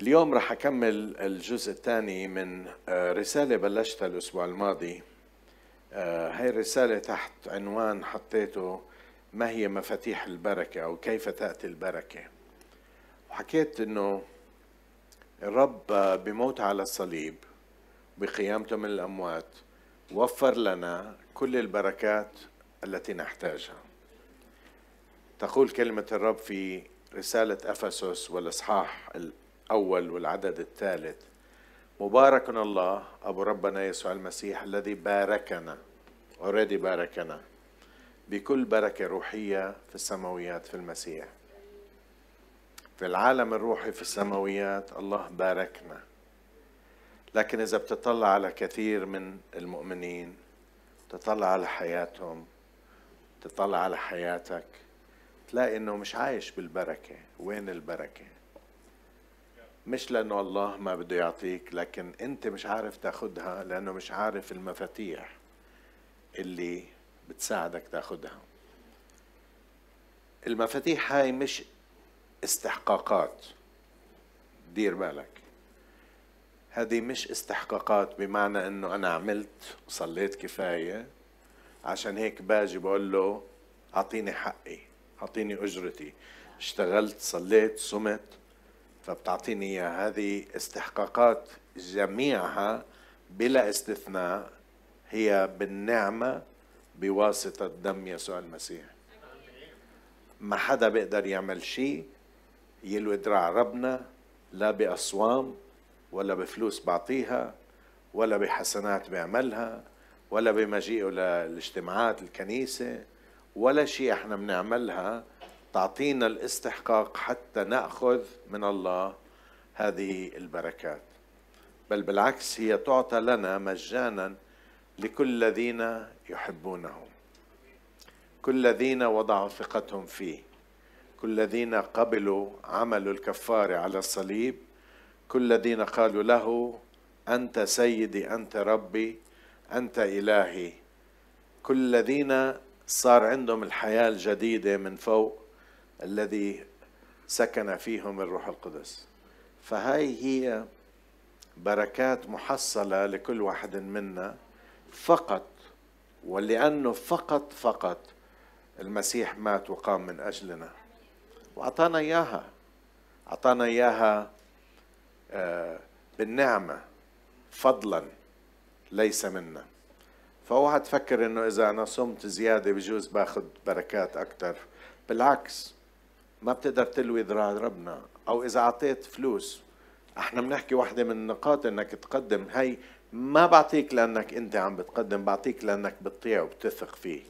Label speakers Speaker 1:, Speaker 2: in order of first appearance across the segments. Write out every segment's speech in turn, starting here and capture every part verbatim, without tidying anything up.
Speaker 1: اليوم رح أكمل الجزء الثاني من رسالة بلشتها الأسبوع الماضي. هاي الرسالة تحت عنوان حطيته: ما هي مفاتيح البركة أو كيف تأتي البركة. وحكيت إنه الرب بموته على الصليب بقيامته من الأموات وفر لنا كل البركات التي نحتاجها. تقول كلمة الرب في رسالة أفسس والإصحاح الأول والعدد الثالث: مبارك الله أبو ربنا يسوع المسيح الذي باركنا already باركنا بكل بركة روحية في السماويات في المسيح. في العالم الروحي في السماويات الله باركنا، لكن إذا بتطلع على كثير من المؤمنين، تطلع على حياتهم، تطلع على حياتك، تلاقي إنه مش عايش بالبركة. وين البركة؟ مش لأنه الله ما بده يعطيك، لكن أنت مش عارف تاخدها لأنه مش عارف المفاتيح اللي بتساعدك تاخدها. المفاتيح هاي مش استحقاقات، دير بالك، هذه مش استحقاقات بمعنى انه انا عملت وصليت كفاية عشان هيك باجي بقول له اعطيني حقي، اعطيني اجرتي، اشتغلت صليت صمت فبتعطيني اياها. هذه استحقاقات جميعها بلا استثناء هي بالنعمة بواسطة دم يسوع المسيح. ما حدا بيقدر يعمل شيء يلوي دراع ربنا، لا بأصوام ولا بفلوس بعطيها ولا بحسنات بيعملها ولا بمجيئه للاجتماعات الكنيسة، ولا شيء احنا بنعملها تعطينا الاستحقاق حتى نأخذ من الله هذه البركات. بل بالعكس هي تعطى لنا مجانا لكل الذين يحبونه، كل الذين وضعوا ثقتهم فيه، كل الذين قبلوا عمل الكفارة على الصليب، كل الذين قالوا له أنت سيدي أنت ربي أنت إلهي، كل الذين صار عندهم الحياة الجديدة من فوق الذي سكن فيهم الروح القدس. فهاي هي بركات محصلة لكل واحد منا فقط، ولأنه فقط فقط المسيح مات وقام من أجلنا وأعطانا إياها، أعطانا إياها بالنعمة فضلا ليس منا. فأوعى تفكر إنه إذا أنا صمت زيادة بجوز باخد بركات أكتر، بالعكس ما بتقدر تلوي ذراع ربنا. أو إذا أعطيت فلوس، احنا بنحكي واحدة من النقاط إنك تقدم، هاي ما بعطيك لأنك أنت عم بتقدم، بعطيك لأنك بتطيع وبتثق فيه.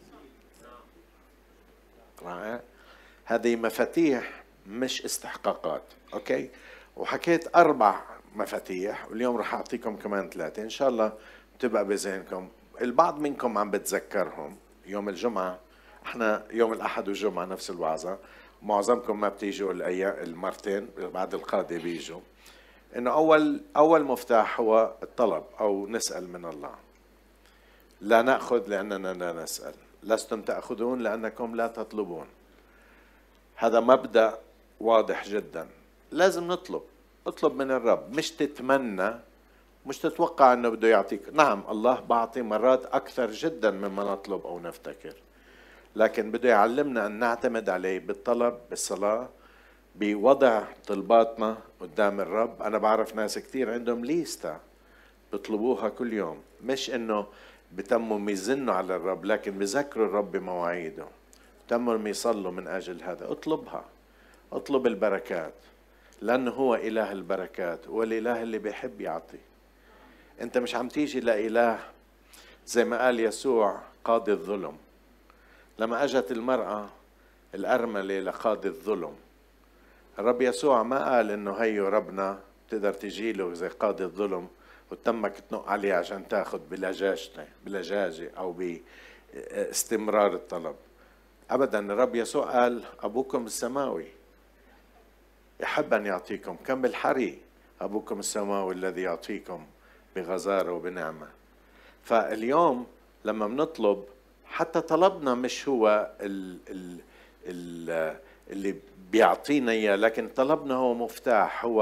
Speaker 1: رائع. هذه مفاتيح مش استحقاقات. أوكي، وحكيت أربع مفاتيح واليوم رح أعطيكم كمان ثلاثة إن شاء الله تبقى بذهنكم. البعض منكم عم بتذكرهم يوم الجمعة، احنا يوم الأحد والجمعة نفس الوعظة، معظمكم ما بتيجوا الأيام المرتين بعد القادة بيجوا. إنه أول أول مفتاح هو الطلب أو نسأل من الله. لا نأخذ لأننا لا نسأل، لستم تأخذون لأنكم لا تطلبون. هذا مبدأ واضح جدا، لازم نطلب. اطلب من الرب، مش تتمنى، مش تتوقع أنه بده يعطيك. نعم الله بعطي مرات أكثر جدا مما نطلب أو نفتكر، لكن بده يعلمنا أن نعتمد عليه بالطلب، بالصلاة، بوضع طلباتنا قدام الرب. أنا بعرف ناس كتير عندهم ليستا بيطلبوها كل يوم، مش إنه بتموا يزنوا على الرب، لكن بذكروا الرب بمواعيده، تموا يصلوا من أجل هذا. اطلبها، اطلب البركات، لأنه هو إله البركات، هو الإله اللي بيحب يعطي. أنت مش عم تيجي لإله زي ما قال يسوع قاضي الظلم. لما أجت المرأة الأرملة لقاضي الظلم، الرب يسوع ما قال إنه هيو ربنا تقدر تجي له زي قاضي الظلم وتمك تنق عليه عشان تاخد بلجاجته بلجاجة أو باستمرار الطلب. أبدا، الرب يسوع قال أبوكم السماوي يحب أن يعطيكم، كم بالحري أبوكم السماوي الذي يعطيكم بغزارة وبنعمة. فاليوم لما بنطلب، حتى طلبنا مش هو ال ال ال اللي بيعطينا إياه، لكن طلبنا هو مفتاح، هو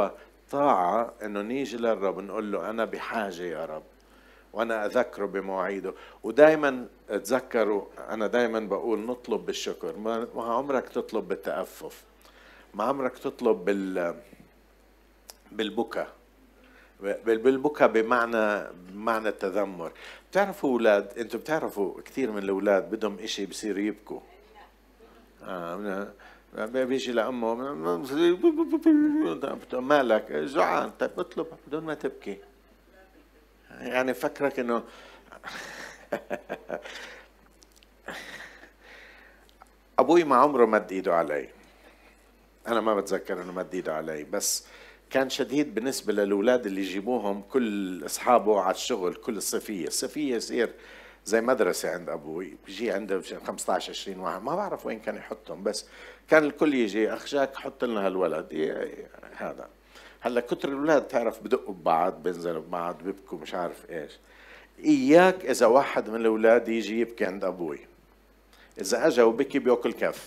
Speaker 1: الطاعة انه نيجي للرب نقول له انا بحاجة يا رب، وانا اذكره بمواعيده. ودائما اتذكروا، انا دائما بقول نطلب بالشكر، ما عمرك تطلب بالتأفف، ما عمرك تطلب بال بالبكاء، بالبكاء بمعنى بمعنى التذمر. بتعرفوا اولاد، انتم بتعرفوا كثير من الاولاد بدهم اشي بصير يبكوا. آه بيجي لامه مالك جوعان، طيب اطلب بدون ما تبكي، يعني فكرك انه ابوي ما عمره مد ايده علي، انا ما بتذكر انه مد ايده علي، بس كان شديد بالنسبة للأولاد اللي يجيبوهم كل أصحابه على الشغل كل الصيفية. الصيفية يصير زي مدرسة عند أبوي، بيجي عنده خمسة عشر عشرين واحد، ما بعرف وين كان يحطهم، بس كان الكل يجي أخشاك حط لنا هالولد هذا. هلا كتر الأولاد تعرف بدقوا ببعض، بينزلوا ببعض، بيبكوا، مش عارف إيش. إياك إذا واحد من الأولاد يجي يبكي عند أبوي، إذا أجا وبكي بيأكل كف،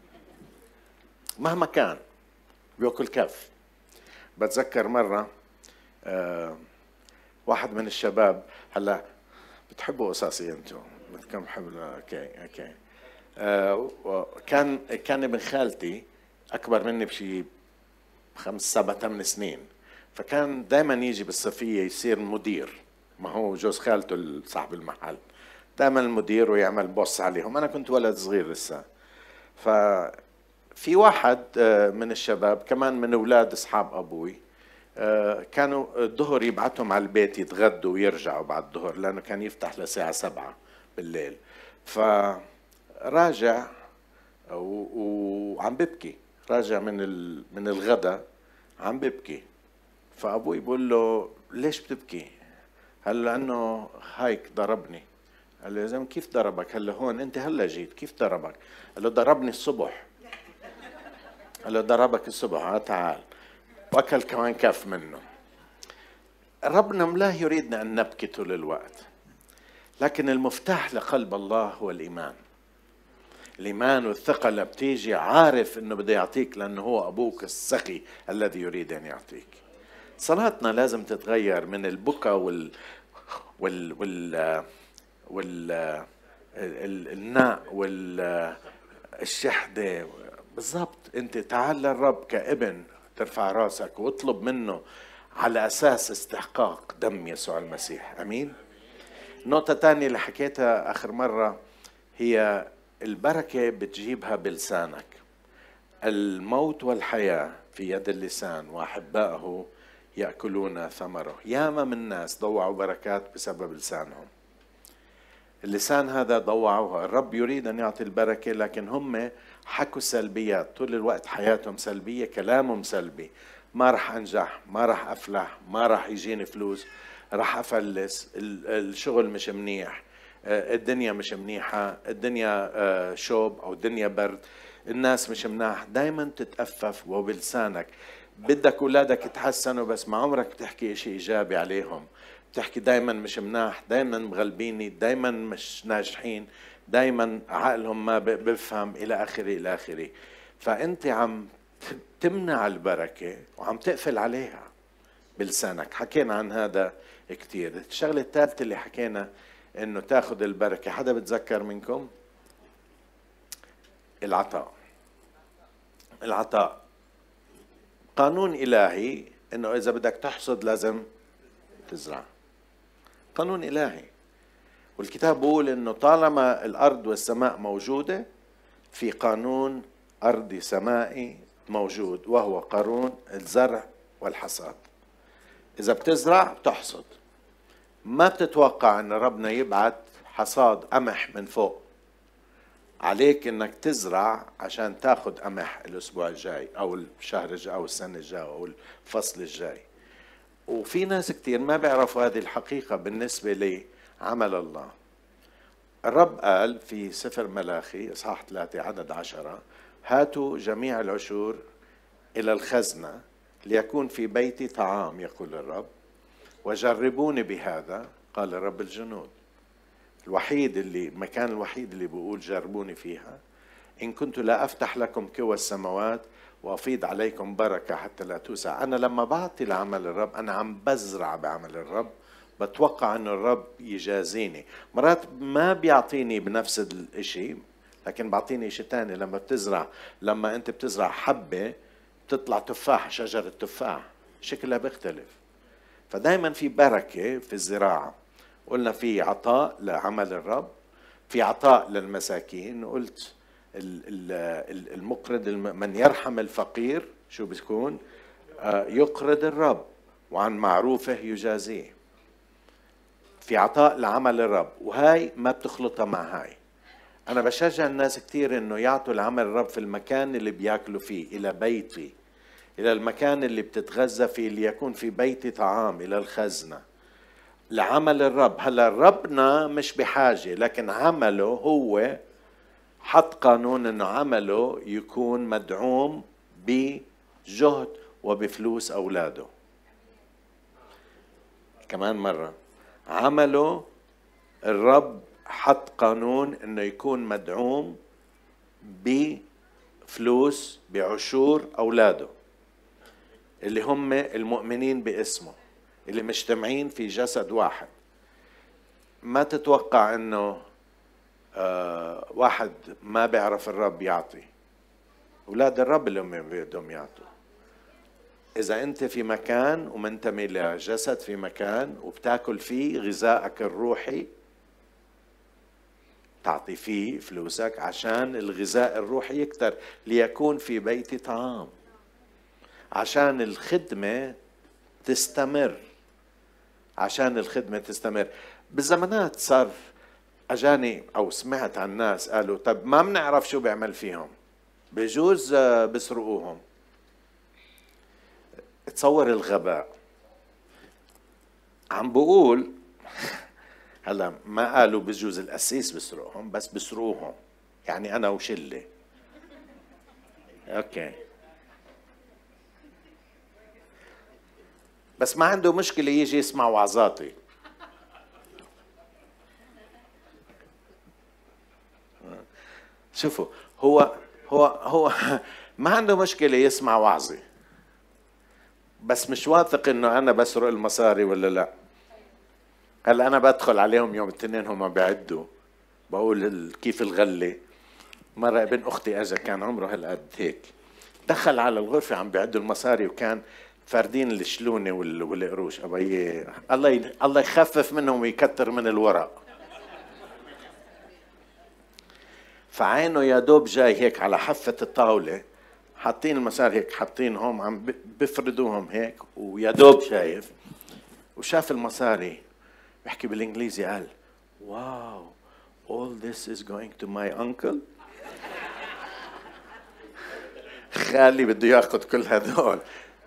Speaker 1: مهما كان بيأكل كف. بتذكر مرة آه واحد من الشباب، هلا بتحبوا قصصي انتم، بدكم حبوا، اوكي اوكي آه كان كان ابن خالتي اكبر مني بشي خمس سبع ثمان سنين، فكان دائما يجي بالصيفية يصير مدير، ما هو جوز خالته صاحب المحل، دائما المدير ويعمل بوس عليهم. انا كنت ولد صغير لسه، ف في واحد من الشباب كمان من أولاد أصحاب أبوي كانوا الظهر يبعتهم على البيت يتغدوا ويرجعوا بعد الظهر، لأنه كان يفتح لساعة سبعة بالليل. فراجع وعم ببكي، راجع من من الغداء عم ببكي. فأبوي بقول له ليش بتبكي؟ قال له لأنه هايك ضربني. قال له يا زلمة كيف ضربك؟ هلا هون أنت هلا جيت، كيف ضربك؟ قال له ضربني الصبح. قال له ضربك الصبح، ها تعال، واكل كمان كف منه. ربنا لا يريدنا ان نبكي طول الوقت، لكن المفتاح لقلب الله هو الايمان. الايمان والثقه اللي بتيجي عارف انه بده يعطيك، لانه هو ابوك السخي الذي يريد ان يعطيك. صلاتنا لازم تتغير من البكا وال وال وال وال الناء والشحده. بالضبط، انت تعال للرب كابن، ترفع راسك واطلب منه على اساس استحقاق دم يسوع المسيح. امين. النقطة الثانية اللي حكيتها اخر مرة هي البركة بتجيبها بلسانك. الموت والحياة في يد اللسان، واحبائه يأكلون ثمره. ياما من ناس ضوعوا بركات بسبب لسانهم. اللسان هذا ضوعوها. الرب يريد أن يعطي البركة، لكن هم حكوا سلبيات طول الوقت، حياتهم سلبية، كلامهم سلبي. ما رح أنجح، ما رح أفلح، ما رح يجيني فلوس، رح أفلس، الشغل مش منيح، الدنيا مش منيحة، الدنيا شوب أو الدنيا برد، الناس مش مناح. دايما تتأفف وبلسانك. بدك أولادك يتحسنوا، بس ما عمرك بتحكي إشي إيجابي عليهم. بتحكي دايما مش مناح، دايما مغلبيني، دايما مش ناجحين، دايما عقلهم ما بفهم، إلى آخره إلى آخره. فأنت عم تمنع البركة وعم تقفل عليها بلسانك. حكينا عن هذا كتير. الشغلة الثالثة اللي حكينا إنه تاخد البركة، حدا بتذكر منكم؟ العطاء. العطاء قانون إلهي، إنه إذا بدك تحصد لازم تزرع. قانون إلهي. والكتاب بيقول إنه طالما الأرض والسماء موجودة، في قانون أرضي سمائي موجود، وهو قانون الزرع والحصاد. إذا بتزرع بتحصد. ما بتتوقع أن ربنا يبعث حصاد قمح من فوق. عليك إنك تزرع عشان تاخد قمح الأسبوع الجاي أو الشهر الجاي أو السنة الجاي أو الفصل الجاي. وفي ناس كتير ما بيعرفوا هذه الحقيقة بالنسبة لعمل الله. الرب قال في سفر ملاخي إصحاح ثلاثة عدد عشرة: هاتوا جميع العشور إلى الخزنة ليكون في بيتي طعام، يقول الرب، وجربوني بهذا، قال رب الجنود. الوحيد اللي المكان الوحيد اللي بيقول جربوني فيها: إن كنت لا أفتح لكم كوى السماوات وأفيض عليكم بركة حتى لا توسع. أنا لما بعطي لعمل الرب أنا عم بزرع بعمل الرب، بتوقع أنه الرب يجازيني. مرات ما بيعطيني بنفس الإشي، لكن بعطيني إشي تاني. لما بتزرع، لما أنت بتزرع حبة بتطلع تفاح، شجرة تفاح شكلها بيختلف. فدايما في بركة في الزراعة. قلنا في عطاء لعمل الرب، في عطاء للمساكين. قلت المقرض من يرحم الفقير شو بيكون؟ يقرض الرب وعن معروفه يجازيه. في عطاء لعمل الرب، وهاي ما بتخلطها مع هاي. أنا بشجع الناس كتير إنه يعطوا لعمل الرب في المكان اللي بياكلوا فيه، إلى بيتي، إلى المكان اللي بتتغذى فيه، ليكون في بيتي طعام، إلى الخزنة لعمل الرب. هلا ربنا مش بحاجة، لكن عمله هو حط قانون إنه عمله يكون مدعوم بجهد وبفلوس أولاده. كمان مرة، عمله الرب حط قانون إنه يكون مدعوم بفلوس، بعشور أولاده اللي هم المؤمنين باسمه، اللي مجتمعين في جسد واحد. ما تتوقع إنه آه واحد ما بيعرف الرب يعطي. أولاد الرب اللي هم بدهم يعطوا. إذا أنت في مكان ومنتمي لجسد في مكان وبتاكل فيه غذائك الروحي، تعطي فيه فلوسك عشان الغذاء الروحي يكتر، ليكون في بيتي طعام، عشان الخدمة تستمر، عشان الخدمة تستمر. بالزمانات صار أجاني أو سمعت عن ناس قالوا طب ما بنعرف شو بيعمل فيهم، بجوز بسرقوهم. تصور الغباء. عم بقول هلا ما قالوا بجوز القسيس بسرقهم، بس بسرقوهم، يعني أنا وشلة. أوكي، بس ما عنده مشكلة يجي يسمع وعظاتي. شوفوا، هو هو هو ما عنده مشكلة يسمع وعظي، بس مش واثق انه انا بسرق المصاري ولا لا. هلا انا بدخل عليهم يوم الاثنين هم بيعدوا، بقول كيف الغلة. مرة ابن اختي اجى كان عمره هالقد هيك، دخل على الغرفة عم بيعدوا المصاري، وكان فاردين الشلونة والقروش. ابي الله الله يخفف منهم ويكتر من الورق. فعينه يا دوب جاي هيك على حافة الطاولة، حاطين المصاري هيك، حاطينهم عم بفردوهم هيك، ويا دوب شايف، وشاف المصاري. بحكي بالانجليزي، قال واو all this is going to my uncle. خالي بده ياخذ كل هذول.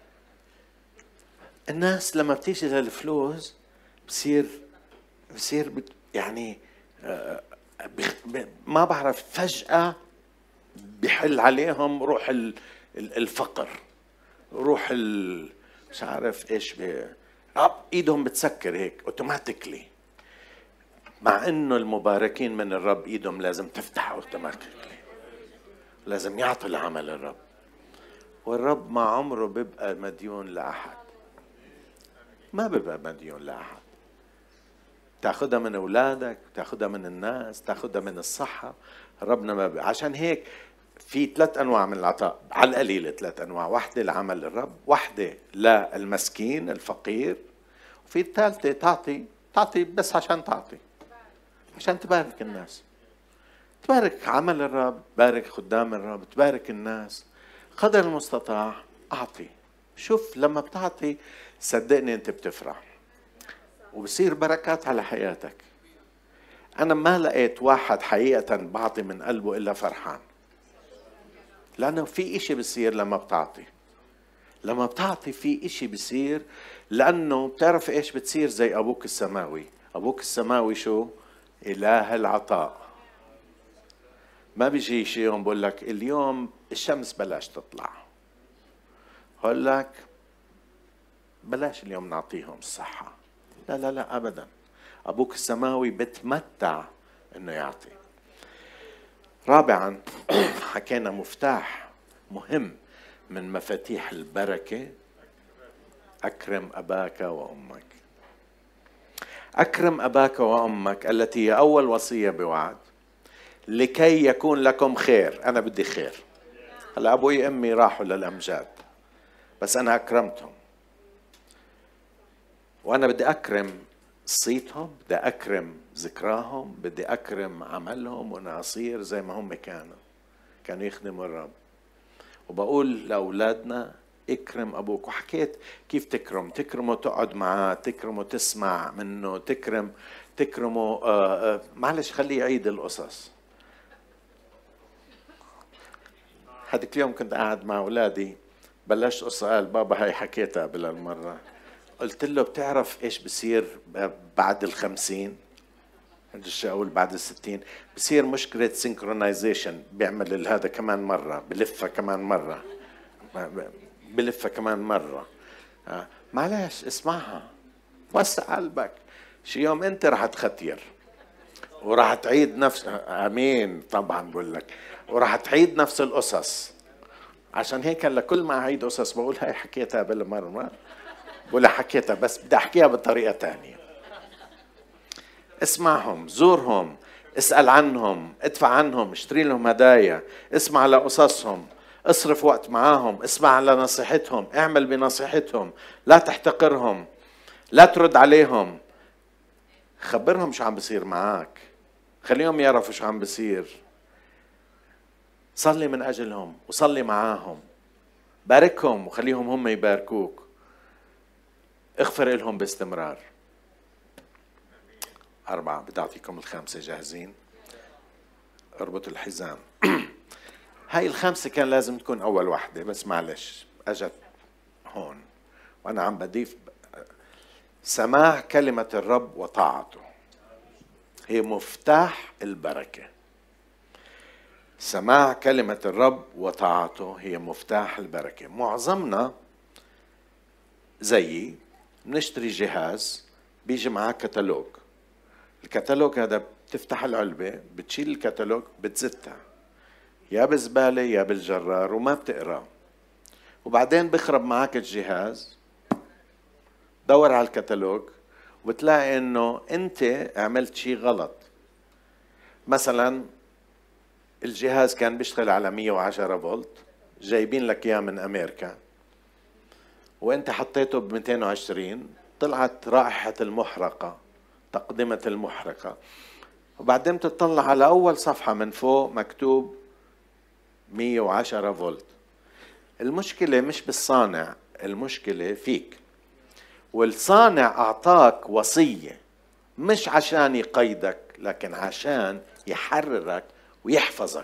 Speaker 1: الناس لما بتيجي للفلوس بصير بصير يعني آه ما بعرف، فجأة بحل عليهم روح الفقر، روح مش عارف ايش، ايدهم بتسكر هيك اوتوماتيكلي. مع انه المباركين من الرب ايدهم لازم تفتح اوتوماتيكلي، لازم يعطوا لعمل الرب. والرب ما عمره بيبقى مديون لأحد، ما بيبقى مديون لأحد. تاخدها من أولادك، تاخدها من الناس، تاخدها من الصحة. ربنا ما بي. عشان هيك في ثلاث أنواع من العطاء، على القليل ثلاث أنواع. واحدة لعمل الرب، واحدة للمسكين الفقير، وفي الثالثة تعطي تعطي بس عشان تعطي، عشان تبارك الناس، تبارك عمل الرب، تبارك خدام الرب، تبارك الناس قدر المستطاع. أعطي. شوف لما بتعطي صدقني أنت بتفرح وبصير بركات على حياتك. أنا ما لقيت واحد حقيقة بعطي من قلبه إلا فرحان، لأنه في إشي بصير لما بتعطي. لما بتعطي في إشي بصير، لأنه بتعرف إيش بتصير زي أبوك السماوي. أبوك السماوي شو؟ إله العطاء. ما بيجي شي يوم بقول لك اليوم الشمس بلاش تطلع، بقول لك بلاش اليوم نعطيهم الصحة. لا لا لا أبدا. أبوك السماوي بتمتع إنه يعطي. رابعا حكينا مفتاح مهم من مفاتيح البركة أكرم أباك وأمك. أكرم أباك وأمك التي هي أول وصية بوعد، لكي يكون لكم خير. أنا بدي خير. هلا أبوي أمي راحوا للأمجاد بس أنا أكرمتهم، وأنا بدي أكرم صيتهم، بدي أكرم ذكراهم، بدي أكرم عملهم، وأنا أصير زي ما هم كانوا كانوا يخدموا الرب. وبقول لأولادنا اكرم أبوك. وحكيت كيف تكرم، تكرمه تقعد معاه، تكرمه تسمع منه، تكرم تكرمه آه آه معلش خليه يعيد القصص. هذيك اليوم كنت قاعد مع أولادي، بلشت قصة، قال بابا هاي حكيتها قبل المرة. قلت له بتعرف إيش بصير بعد الخمسين؟ بديش أقول بعد الستين. بصير مشكلة سينكرونايزيشن، بيعمل هذا كمان مرة، بلفها كمان مرة، بلفها كمان مرة. آه. معلش اسمعها، وسع قلبك. شي يوم أنت رح تختير وراح تعيد نفس، امين طبعا بقول لك، وراح تعيد نفس القصص. عشان هيك هلا كل ما اعيد قصص بقول هاي حكيتها بالمره، بقول حكيتها بس بدي احكيها بطريقه ثانيه. اسمعهم، زورهم، اسال عنهم، ادفع عنهم، اشتري لهم هدايا، اسمع لقصصهم، اصرف وقت معاهم، اسمع على نصيحتهم، اعمل بنصيحتهم، لا تحتقرهم، لا ترد عليهم، خبرهم شو عم بصير معك، خليهم يعرفوا شو عم بصير، صلي من أجلهم وصلي معاهم، باركهم وخليهم هم يباركوك، اغفر لهم باستمرار. أربعة، بدي أعطيكم الخامسة، جاهزين؟ اربطوا الحزام. هاي الخامسة كان لازم تكون أول واحدة بس معلش أجت هون وأنا عم بضيف. سماع كلمة الرب وطاعته هي مفتاح البركة. سماع كلمة الرب وطاعته هي مفتاح البركة. معظمنا زيي بنشتري جهاز بيجي معاه كتالوج. الكتالوج هذا بتفتح العلبة، بتشيل الكتالوج، بتزتها يا بزبالة يا بالجرار وما بتقرأ، وبعدين بخرب معك الجهاز. دور على الكتالوج وبتلاقي انه انت عملت شيء غلط. مثلا الجهاز كان بيشتغل على مية وعشرة فولت، جايبين لك اياه من امريكا، وانت حطيته ب مئتين وعشرين، طلعت رائحة المحرقة، تقدمة المحرقة، وبعدين تطلع على اول صفحة من فوق مكتوب مية وعشرة فولت. المشكلة مش بالصانع، المشكلة فيك. والصانع اعطاك وصية مش عشان يقيدك لكن عشان يحررك ويحفظك.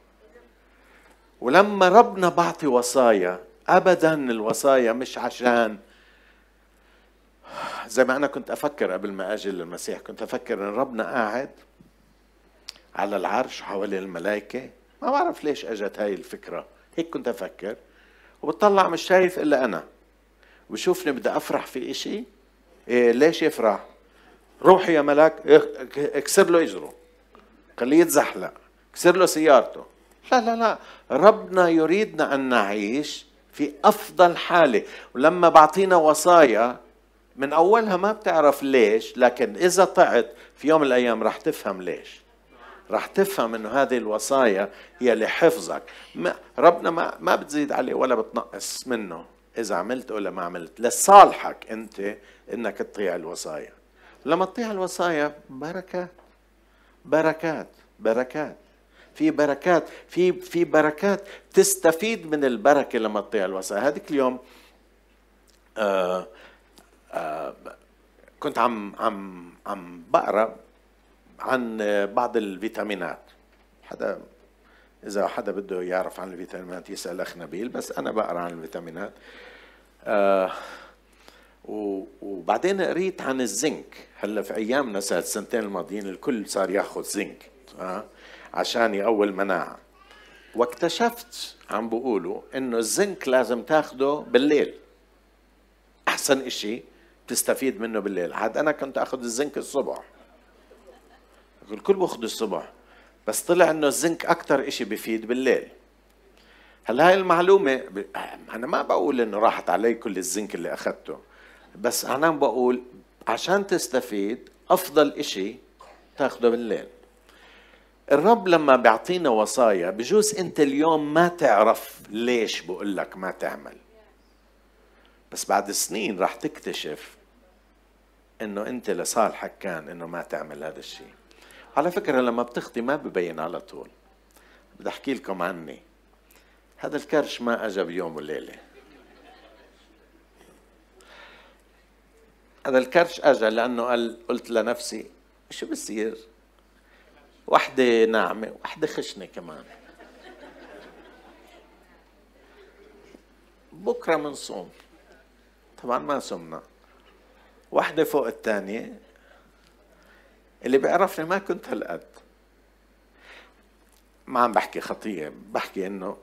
Speaker 1: ولما ربنا بعطي وصايا، ابدا الوصايا مش عشان، زي ما انا كنت افكر قبل ما اجي للمسيح، كنت افكر ان ربنا قاعد على العرش حوالي الملائكة. ما بعرف ليش اجت هاي الفكرة، هيك كنت افكر، وبتطلع مش شايف الا انا، وشوفني بدي افرح في اشي. إيه ليش يفرح؟ روح يا ملاك اكسر له اجره، خليه يتزحلق، اكسر له سيارته. لا لا لا، ربنا يريدنا ان نعيش في افضل حالة. ولما بعطينا وصايا من اولها ما بتعرف ليش، لكن اذا طعت في يوم من الايام راح تفهم ليش. راح تفهم انه هذه الوصايا هي لحفظك. ما ربنا ما ما بتزيد عليه ولا بتنقص منه اذا عملت ولا ما عملت، لصالحك انت انك تطيع الوصايا. لما تطيع الوصايا بركات بركات بركات في بركات في في بركات تستفيد من البركه لما تطيع الوصايا. هذيك اليوم آه آه كنت عم عم عم بقرا عن بعض الفيتامينات. حدا اذا حدا بده يعرف عن الفيتامينات يسال اخ نبيل، بس انا بقرا عن الفيتامينات. آه وبعدين قريت عن الزنك. هلا في ايامنا سنه السنتين الماضيين الكل صار ياخذ زنك آه عشان يقوي المناعه. واكتشفت عم بقولوا انه الزنك لازم تاخده بالليل، احسن اشي تستفيد منه بالليل. عاد انا كنت اخذ الزنك الصبح، الكل باخذ الصبح، بس طلع انه الزنك اكثر اشي بفيد بالليل. هلا هاي المعلومة ب... أنا ما بقول إنه راحت علي كل الزنك اللي أخذته، بس أنا بقول عشان تستفيد أفضل إشي تاخده بالليل. الرب لما بيعطينا وصايا بجوز أنت اليوم ما تعرف ليش بقول لك ما تعمل، بس بعد سنين راح تكتشف إنه أنت لصالحك كان إنه ما تعمل هذا الشيء. على فكرة لما بتخطي ما ببين على طول. بدي أحكي لكم عني، هذا الكرش ما أجا بيوم وليلة. هذا الكرش أجا لأنه قال قلت لنفسي شو بصير؟ واحدة ناعمة واحدة خشنة كمان، بكرة منصوم. طبعا ما صمنا، واحدة فوق الثانية. اللي بيعرفني ما كنت هالقد. ما عم بحكي خطية، بحكي إنه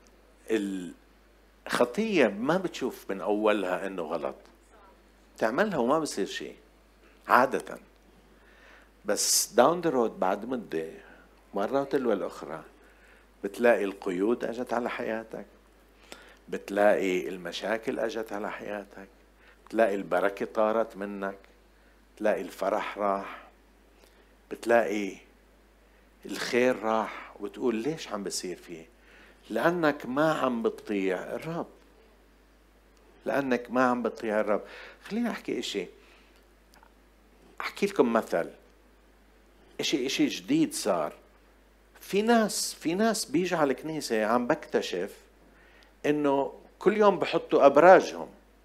Speaker 1: الخطية ما بتشوف من أولها إنه غلط، تعملها وما بصير شيء عادة، بس داون ذا رود بعد مدة مرة تلو الأخرى بتلاقي القيود أجت على حياتك، بتلاقي المشاكل أجت على حياتك، بتلاقي البركة طارت منك، بتلاقي الفرح راح، بتلاقي الخير راح، وتقول ليش عم بصير فيه؟ لأنك ما عم بتطيع الرب، لأنك ما عم بتطيع الرب. خليني أحكي إشي، أحكي لكم مثل، إشي إشي جديد صار. في ناس في ناس بيجوا على الكنيسة عم بكتشف إنه كل يوم بحطوا أبراجهم،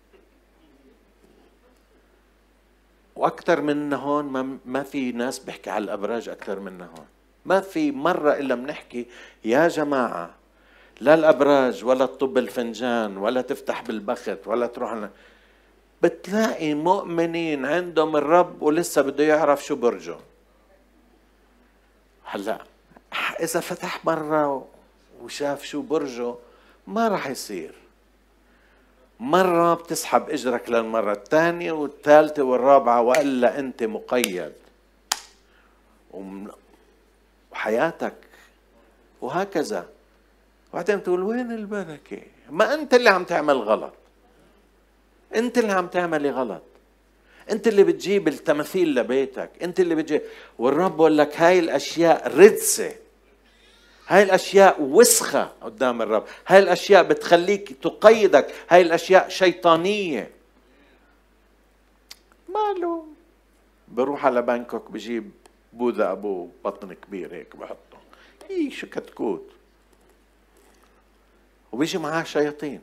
Speaker 1: وأكثر من هون ما, ما في ناس بحكي على الأبراج أكثر من هون. ما في مرة إلا بنحكي يا جماعة، لا الأبراج ولا الطب الفنجان ولا تفتح بالبخت ولا تروح لنا. بتلاقي مؤمنين عندهم الرب ولسه بده يعرف شو برجه. هلا إذا فتح مرة وشاف شو برجه ما راح يصير. مرة بتسحب إجرك للمرة الثانية والثالثة والرابعة، وإلا أنت مقيد وحياتك وهكذا. وبعدين تقول وين البركة؟ ما أنت اللي عم تعمل غلط، أنت اللي عم تعملي غلط، أنت اللي بتجيب التماثيل لبيتك، أنت اللي بتجيب. والرب بقول لك هاي الأشياء ردسة، هاي الأشياء وسخة قدام الرب، هاي الأشياء بتخليك تقيدك، هاي الأشياء شيطانية. ماله بروح على بانكوك بجيب بوذا أبو بطن كبير هيك بحطه، إيه شو كتكوت، وبيجي معاه شياطين،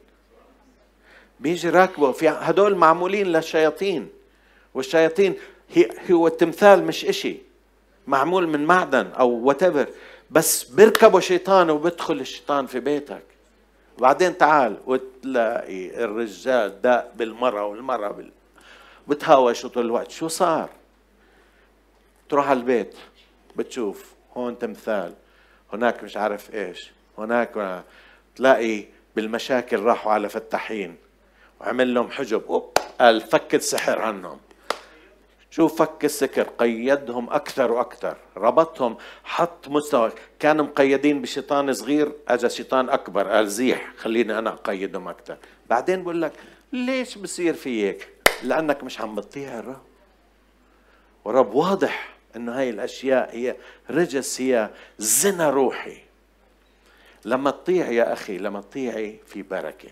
Speaker 1: بيجي راكبه في هدول معمولين للشياطين. والشياطين هي هو التمثال مش إشي معمول من معدن أو whatever، بس بيركبوا شيطان وبدخل الشيطان في بيتك. وبعدين تعال وتلاقي الرجال داء بالمرة والمرة بال... بتهاوشوا طول الوقت. شو صار؟ تروح على البيت بتشوف هون تمثال، هناك مش عارف ايش، هناك تلاقي بالمشاكل راحوا على فتاحين وعمل لهم حجب، أوب قال فك السحر عنهم. شو فك السكر؟ قيدهم أكثر وأكثر، ربطهم، حط مستوى. كانوا مقيدين بشيطان صغير، أجا شيطان أكبر قال زيح خليني أنا أقيدهم أكثر. بعدين بقول لك ليش بصير في هيك؟ لأنك مش عم بتطيع الرب. والرب واضح إنه هاي الأشياء هي رجس، هي زنا روحي. لما تطيع يا أخي، لما تطيعي في بركة.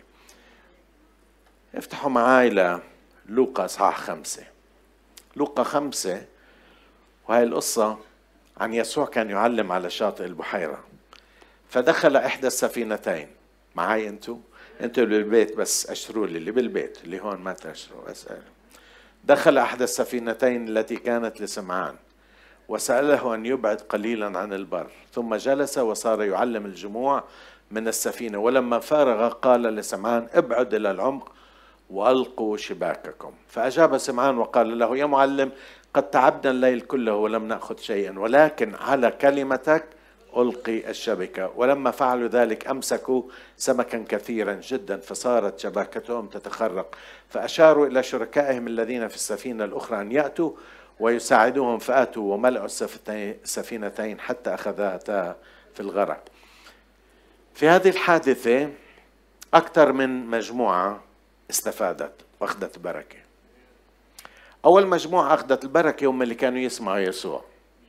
Speaker 1: افتحوا معاي للوقا إصحاح خمسة. لوقا خمسة، وهي القصة عن يسوع كان يعلم على شاطئ البحيرة، فدخل إحدى السفينتين. معاي أنتوا أنتوا اللي بالبيت بس أشروا لي، اللي بالبيت اللي هون ما تشروا أسأل. دخل أحد السفينتين التي كانت لسمعان وسأله أن يبعد قليلا عن البر، ثم جلس وصار يعلم الجموع من السفينة. ولما فارغ قال لسمعان ابعد إلى العمق وألقوا شباككم. فأجاب سمعان وقال له يا معلم قد تعبنا الليل كله ولم نأخذ شيئا، ولكن على كلمتك ألقي الشبكة. ولما فعلوا ذلك أمسكوا سمكا كثيرا جدا فصارت شباكتهم تتخرق. فأشاروا إلى شركائهم الذين في السفينة الأخرى أن يأتوا ويساعدوهم، فأتوا وملأوا السفينتين حتى أخذتا في الغرق. في هذه الحادثة أكثر من مجموعة استفادت وأخذت بركة. أول مجموعة أخذت البركة هم اللي كانوا يسمعوا يسوع.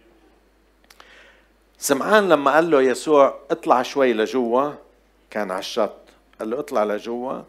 Speaker 1: سمعان لما قال له يسوع اطلع شوي لجوا، كان على الشط، قال له اطلع لجوا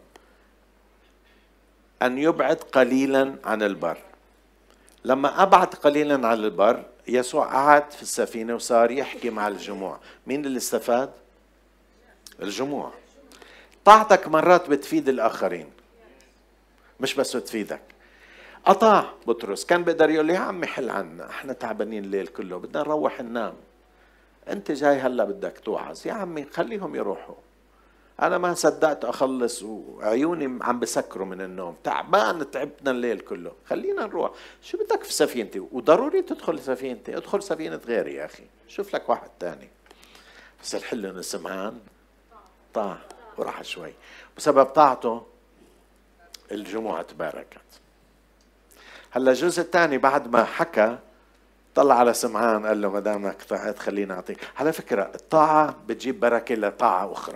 Speaker 1: أن يبعد قليلا عن البر. لما أبعد قليلا عن البر يسوع قعد في السفينة وصار يحكي مع الجموع. مين اللي استفاد؟ الجموع. طاعتك مرات بتفيد الآخرين مش بس تفيدك. أطاع بطرس، كان بيقدر يقول لي يا عمي حل عنا، احنا تعبانين الليل كله بدنا نروح ننام، انت جاي هلا بدك توعظ، يا عمي خليهم يروحوا، انا ما صدقت اخلص وعيوني عم بسكروا من النوم، تعبان تعبنا الليل كله، خلينا نروح، شو بدك في سفينتي؟ وضروري تدخل سفينتي؟ ادخل سفينة غيري يا اخي، شوف لك واحد تاني. بس الحلو انه سمعان طاع وراح شوي، بسبب طاعته الجموع تباركت. هلا الجزء الثاني بعد ما حكى طلع على سمعان قال له ما دامك طاعت خلينا اعطيك. على فكره الطاعه بتجيب بركه لطاعه اخرى.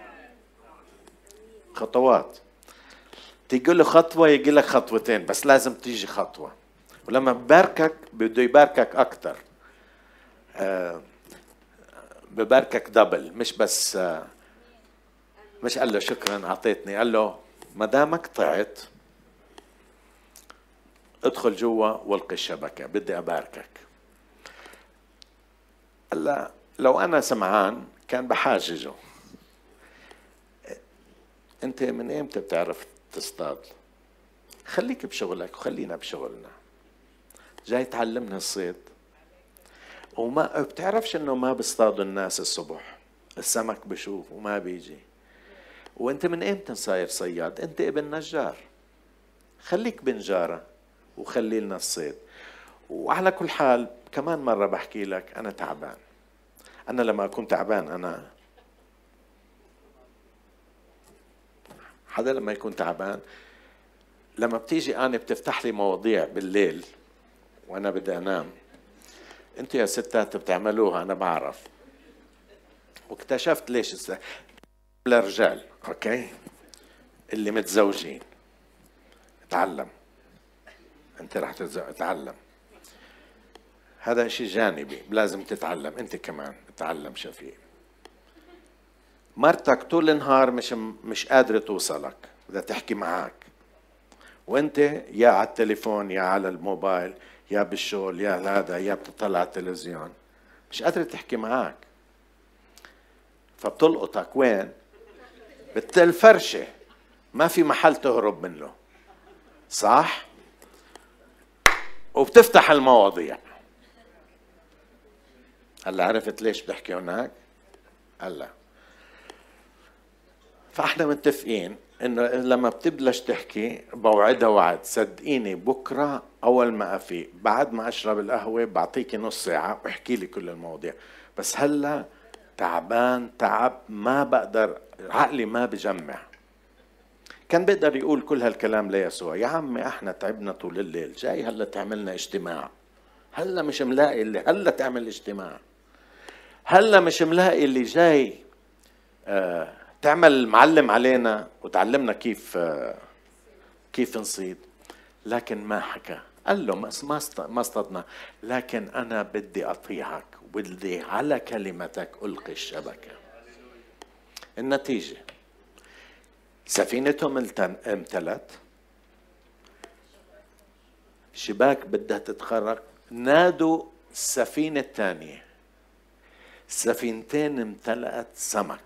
Speaker 1: خطوات، تقول له خطوه يجي لك خطوتين، بس لازم تيجي خطوه. ولما بباركك بده يباركك اكثر، آه بباركك دبل، مش بس آه مش قال له شكرا اعطيتني، قال له ما دامك طعت ادخل جوا والقي الشبكه، بدي اباركك. هلا لو انا سمعان كان بحاججه، انت من ايمتى بتعرف تصطاد؟ خليك بشغلك وخلينا بشغلنا، جاي تعلمنا الصيد. وما بتعرفش انه ما بيصطادوا الناس الصبح، السمك بشوف وما بيجي. وانت من ايمتى صاير صياد؟ انت ابن نجار، خليك بنجارة وخلي لنا الصيد. وعلى كل حال كمان مرة بحكي لك أنا تعبان. أنا لما أكون تعبان، أنا حدا لما يكون تعبان، لما بتيجي أنا بتفتح لي مواضيع بالليل وأنا بدي أنام، أنتوا يا ستات بتعملوها أنا بعرف، واكتشفت ليش للرجال أوكي اللي متزوجين اتعلم، أنت رح تتعلم، هذا شيء جانبي لازم تتعلم، أنت كمان تتعلم. شفيق مرتك طول النهار مش مش قادرة توصلك، بدها تحكي معك، وأنت يا على التليفون يا على الموبايل يا بالشغل يا هذا يا بتطلع على التلفزيون، مش قادرة تحكي معك، فبتلقطك وين؟ بالفرشة، ما في محل تهرب منه، صح؟ وبتفتح المواضيع. هلا عرفت ليش بحكي هناك؟ هلا فاحنا متفقين انه لما بتبلش تحكي بوعدها وعد، صدقيني بكره اول ما افيق بعد ما اشرب القهوه بعطيكي نص ساعه واحكي لي كل المواضيع، بس هلا تعبان تعب ما بقدر، عقلي ما بجمع. كان بيقدر يقول كل هالكلام ليسوع، يا عمي احنا تعبنا طول الليل، جاي هلا تعملنا اجتماع، هلا مش ملاقي اللي هلا تعمل اجتماع، هلا مش ملاقي اللي جاي آه تعمل معلم علينا وتعلمنا كيف آه كيف نصيد. لكن ما حكى، قال له ما ما اصطدنا، لكن انا بدي اطيعك وبدي على كلمتك القي الشبكه. النتيجه سفينتهم امتلت، شباك بدها تتخرق، نادوا السفينة الثانية، سفينتين امتلأت سمك.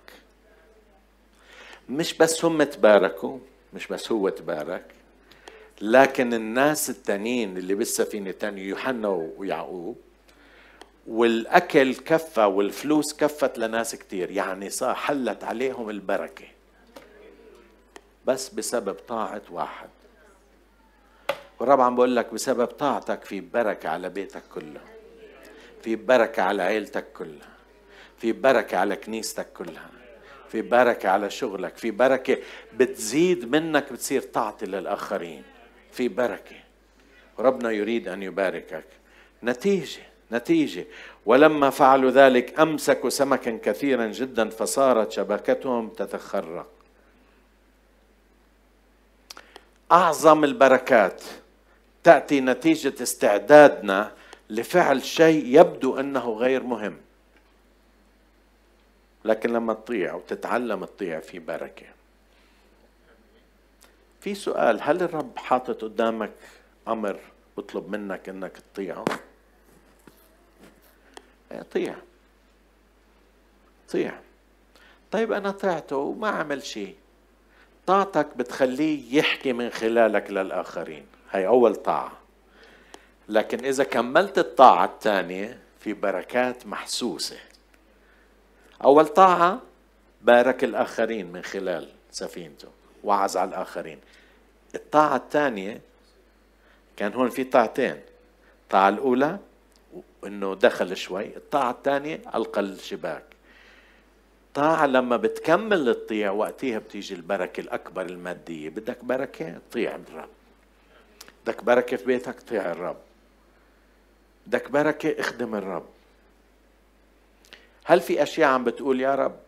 Speaker 1: مش بس هم تباركوا، مش بس هو تبارك، لكن الناس التانيين اللي بالسفينة الثانية يوحنا ويعقوب، والأكل كفى والفلوس كفت لناس كتير، يعني صار حلت عليهم البركة بس بسبب طاعة واحد. والرب عم بقول لك بسبب طاعتك في بركة على بيتك كله، في بركة على عيلتك كلها، في بركة على كنيستك كلها، في بركة على شغلك، في بركة بتزيد منك بتصير تعطي للآخرين، في بركة. وربنا يريد أن يباركك. نتيجة نتيجة. ولما فعلوا ذلك أمسكوا سمكا كثيرا جدا فصارت شبكتهم تتخرق. أعظم البركات تأتي نتيجة استعدادنا لفعل شيء يبدو أنه غير مهم، لكن لما تطيع وتتعلم تطيع في بركة. في سؤال: هل الرب حاطط قدامك أمر بطلب منك أنك تطيعه؟ طيع طيع. طيب أنا طيعته وما عمل شيء. طاعتك بتخليه يحكي من خلالك للآخرين، هي أول طاعة. لكن إذا كملت الطاعة الثانية في بركات محسوسة. أول طاعة بارك الآخرين من خلال سفينته، وعظ على الآخرين. الطاعة الثانية كان هون في طاعتين: الطاعة الأولى إنه دخل شوي، الطاعة الثانية ألقى الشباك. طاعة لما بتكمل الطيع وقتها بتيجي البركة الأكبر المادية. بدك بركة؟ طيع الرب. بدك بركة في بيتك؟ طيع الرب. بدك بركة؟ اخدم الرب. هل في أشياء عم بتقول يا رب؟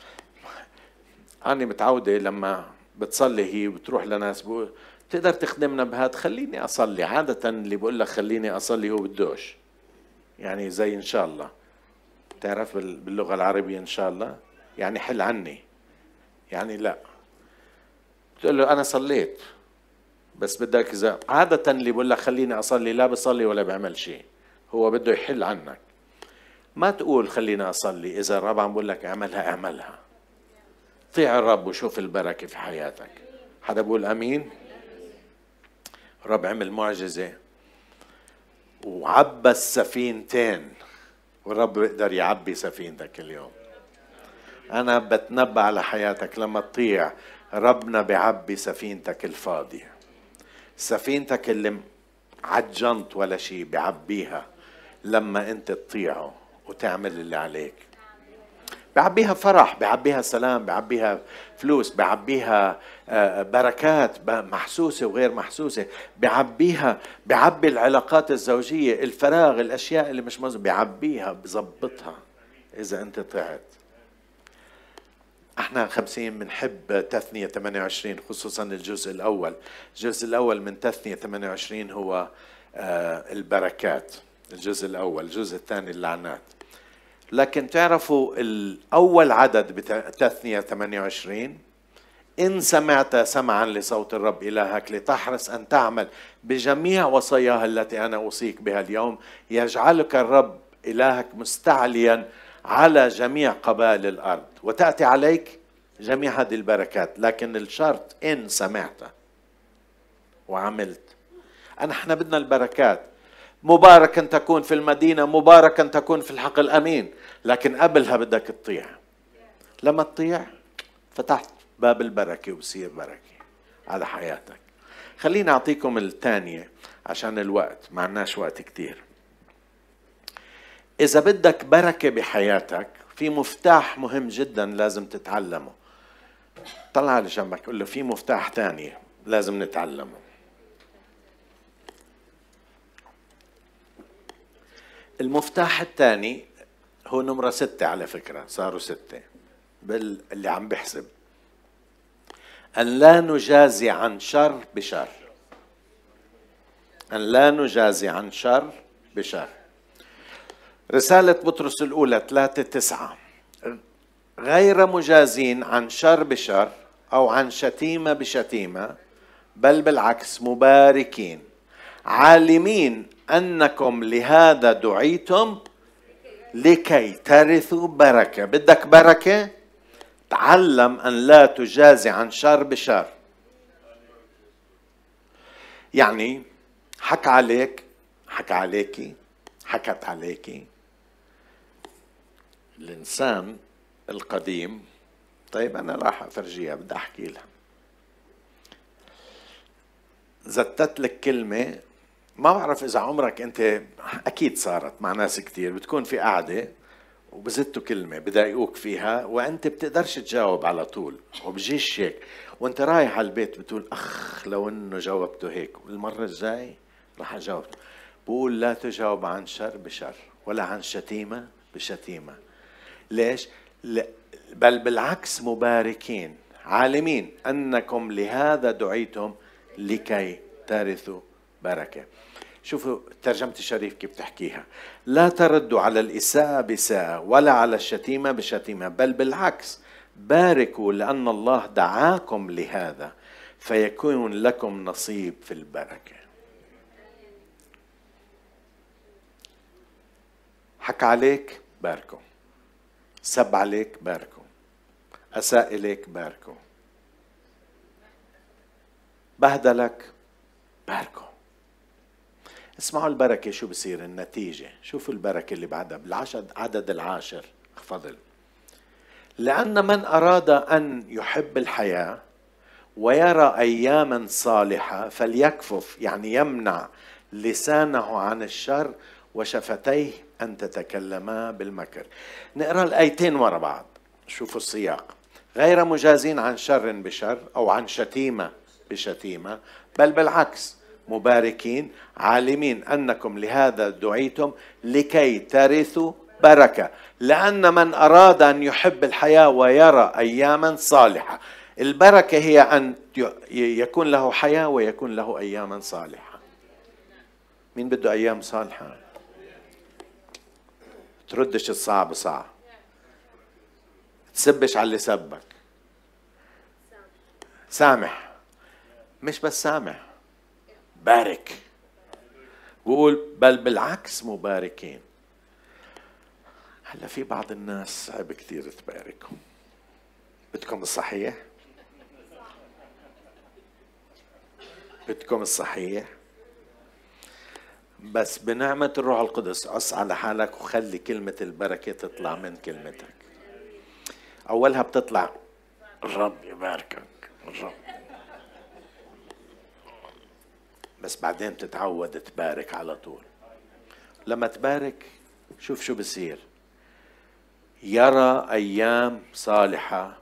Speaker 1: أنا متعودة لما بتصلي هي بتروح لناس بقول تقدر تخدمنا بهذا؟ خليني أصلي. عادة اللي بقول لك خليني أصلي هو بدوش، يعني زي إن شاء الله. تعرف باللغة العربية إن شاء الله يعني حل عني، يعني لا. بتقول له أنا صليت بس بدك إذا عادة اللي بقول لك خليني أصلي لا بصلي ولا بعمل شيء، هو بده يحل عنك. ما تقول خليني أصلي، إذا الرب عم بقول لك اعملها اعملها. طيع الرب وشوف البركة في حياتك. حدا بقول أمين؟ الرب عمل معجزة وعبى السفينتين، والرب بيقدر يعبي سفينتك اليوم. أنا بتنبأ على حياتك لما تطيع ربنا بيعبي سفينتك الفاضية. سفينتك اللي عجنت ولا شيء بيعبيها لما أنت تطيعه وتعمل اللي عليك. بيعبيها فرح، بيعبيها سلام، بيعبيها فلوس، بيعبيها بركات محسوسة وغير محسوسة، بيعبيها بيعبي العلاقات الزوجية، الفراغ، الأشياء اللي مش مزبوطة بيعبيها بزبطها إذا أنت طلعت. احنا خمسين بنحب تثنية ثمانية وعشرين، خصوصا الجزء الأول. الجزء الأول من تثنية ثمانية وعشرين هو البركات، الجزء الأول. الجزء الثاني اللعنات. لكن تعرفوا الأول عدد بتثنية ثمانية وعشرين: إن سمعت سمعا لصوت الرب إلهك لتحرص أن تعمل بجميع وصاياه التي أنا أوصيك بها اليوم، يجعلك الرب إلهك مستعليا على جميع قبائل الأرض وتأتي عليك جميع هذه البركات. لكن الشرط إن سمعت وعملت. أنا احنا بدنا البركات. مباركا تكون في المدينة، مباركا تكون في الحقل أمين، لكن قبلها بدك تطيع. لما تطيع فتحت باب البركة وبصير بركة على حياتك. خليني أعطيكم الثانية عشان الوقت، ما عندناش وقت كتير. إذا بدك بركة بحياتك في مفتاح مهم جدا لازم تتعلمه. طلع على جنبك قل له في مفتاح ثاني لازم نتعلمه. المفتاح الثاني هو نمرة ستة، على فكرة صاروا ستة باللي عم بحسب: أن لا نجازي عن شر بشر. أن لا نجازي عن شر بشر. رسالة بطرس الأولى ثلاثة تسعة: غير مجازين عن شر بشر أو عن شتيمة بشتيمة، بل بالعكس مباركين، عالمين أنكم لهذا دعيتم لكي ترثوا بركة. بدك بركة؟ تعلم أن لا تجازي عن شر بشر. يعني حكى عليك، حكى عليكي، حكت عليكي الإنسان القديم. طيب أنا راح أفرجيها، بدي أحكي لها. زتت لك كلمة، ما بعرف إذا عمرك أنت، أكيد صارت مع ناس كتير، بتكون في قاعدة وبزتوا كلمة بضايقوك فيها وأنت بتقدرش تجاوب على طول وبجيش هيك، وأنت رايح على البيت بتقول أخ لو أنه جاوبته هيك والمرة الجاي راح أجاوب. بقول لا تجاوب عن شر بشر. ولا عن شتيمة بشتيمة. ليش؟ بل بالعكس مباركين عالمين أنكم لهذا دعيتم لكي ترثوا بركة. شوفوا ترجمة الشريف كيف تحكيها: لا تردوا على الإساءة بإساءة ولا على الشتيمة بشتيمة، بل بالعكس باركوا لأن الله دعاكم لهذا فيكون لكم نصيب في البركة. حك عليك باركوا، سب عليك باركوا، أساء إليك باركوا، بهدلك باركوا. اسمعوا البركة شو بصير النتيجة. شوفوا البركة اللي بعدها بالعشد عدد العاشر فضل: لأن من أراد أن يحب الحياة ويرى أياما صالحة فليكفف، يعني يمنع لسانه عن الشر وشفتيه أن تتكلما بالمكر. نقرأ الآيتين ورا بعض، شوفوا السياق: غير مجازين عن شر بشر أو عن شتيمة بشتيمة، بل بالعكس مباركين عالمين أنكم لهذا دعيتم لكي ترثوا بركة. لأن من أراد أن يحب الحياة ويرى أياما صالحة. البركة هي أن يكون له حياة ويكون له أياما صالحة. مين بده أيام صالحة؟ تردش الصعب صعب، تسبش على اللي سبك، سامح، مش بس سامح، بارك. بقول بل بالعكس مباركين. هلا في بعض الناس صعب كثير تباركهم. بدكم الصحيح؟ بدكم الصحيح؟ بس بنعمة الروح القدس عص على حالك وخلي كلمة البركة تطلع من كلمتك. أولها بتطلع الرب يباركك الرب، بس بعدين تتعود تبارك على طول. لما تبارك شوف شو بصير: يرى أيام صالحة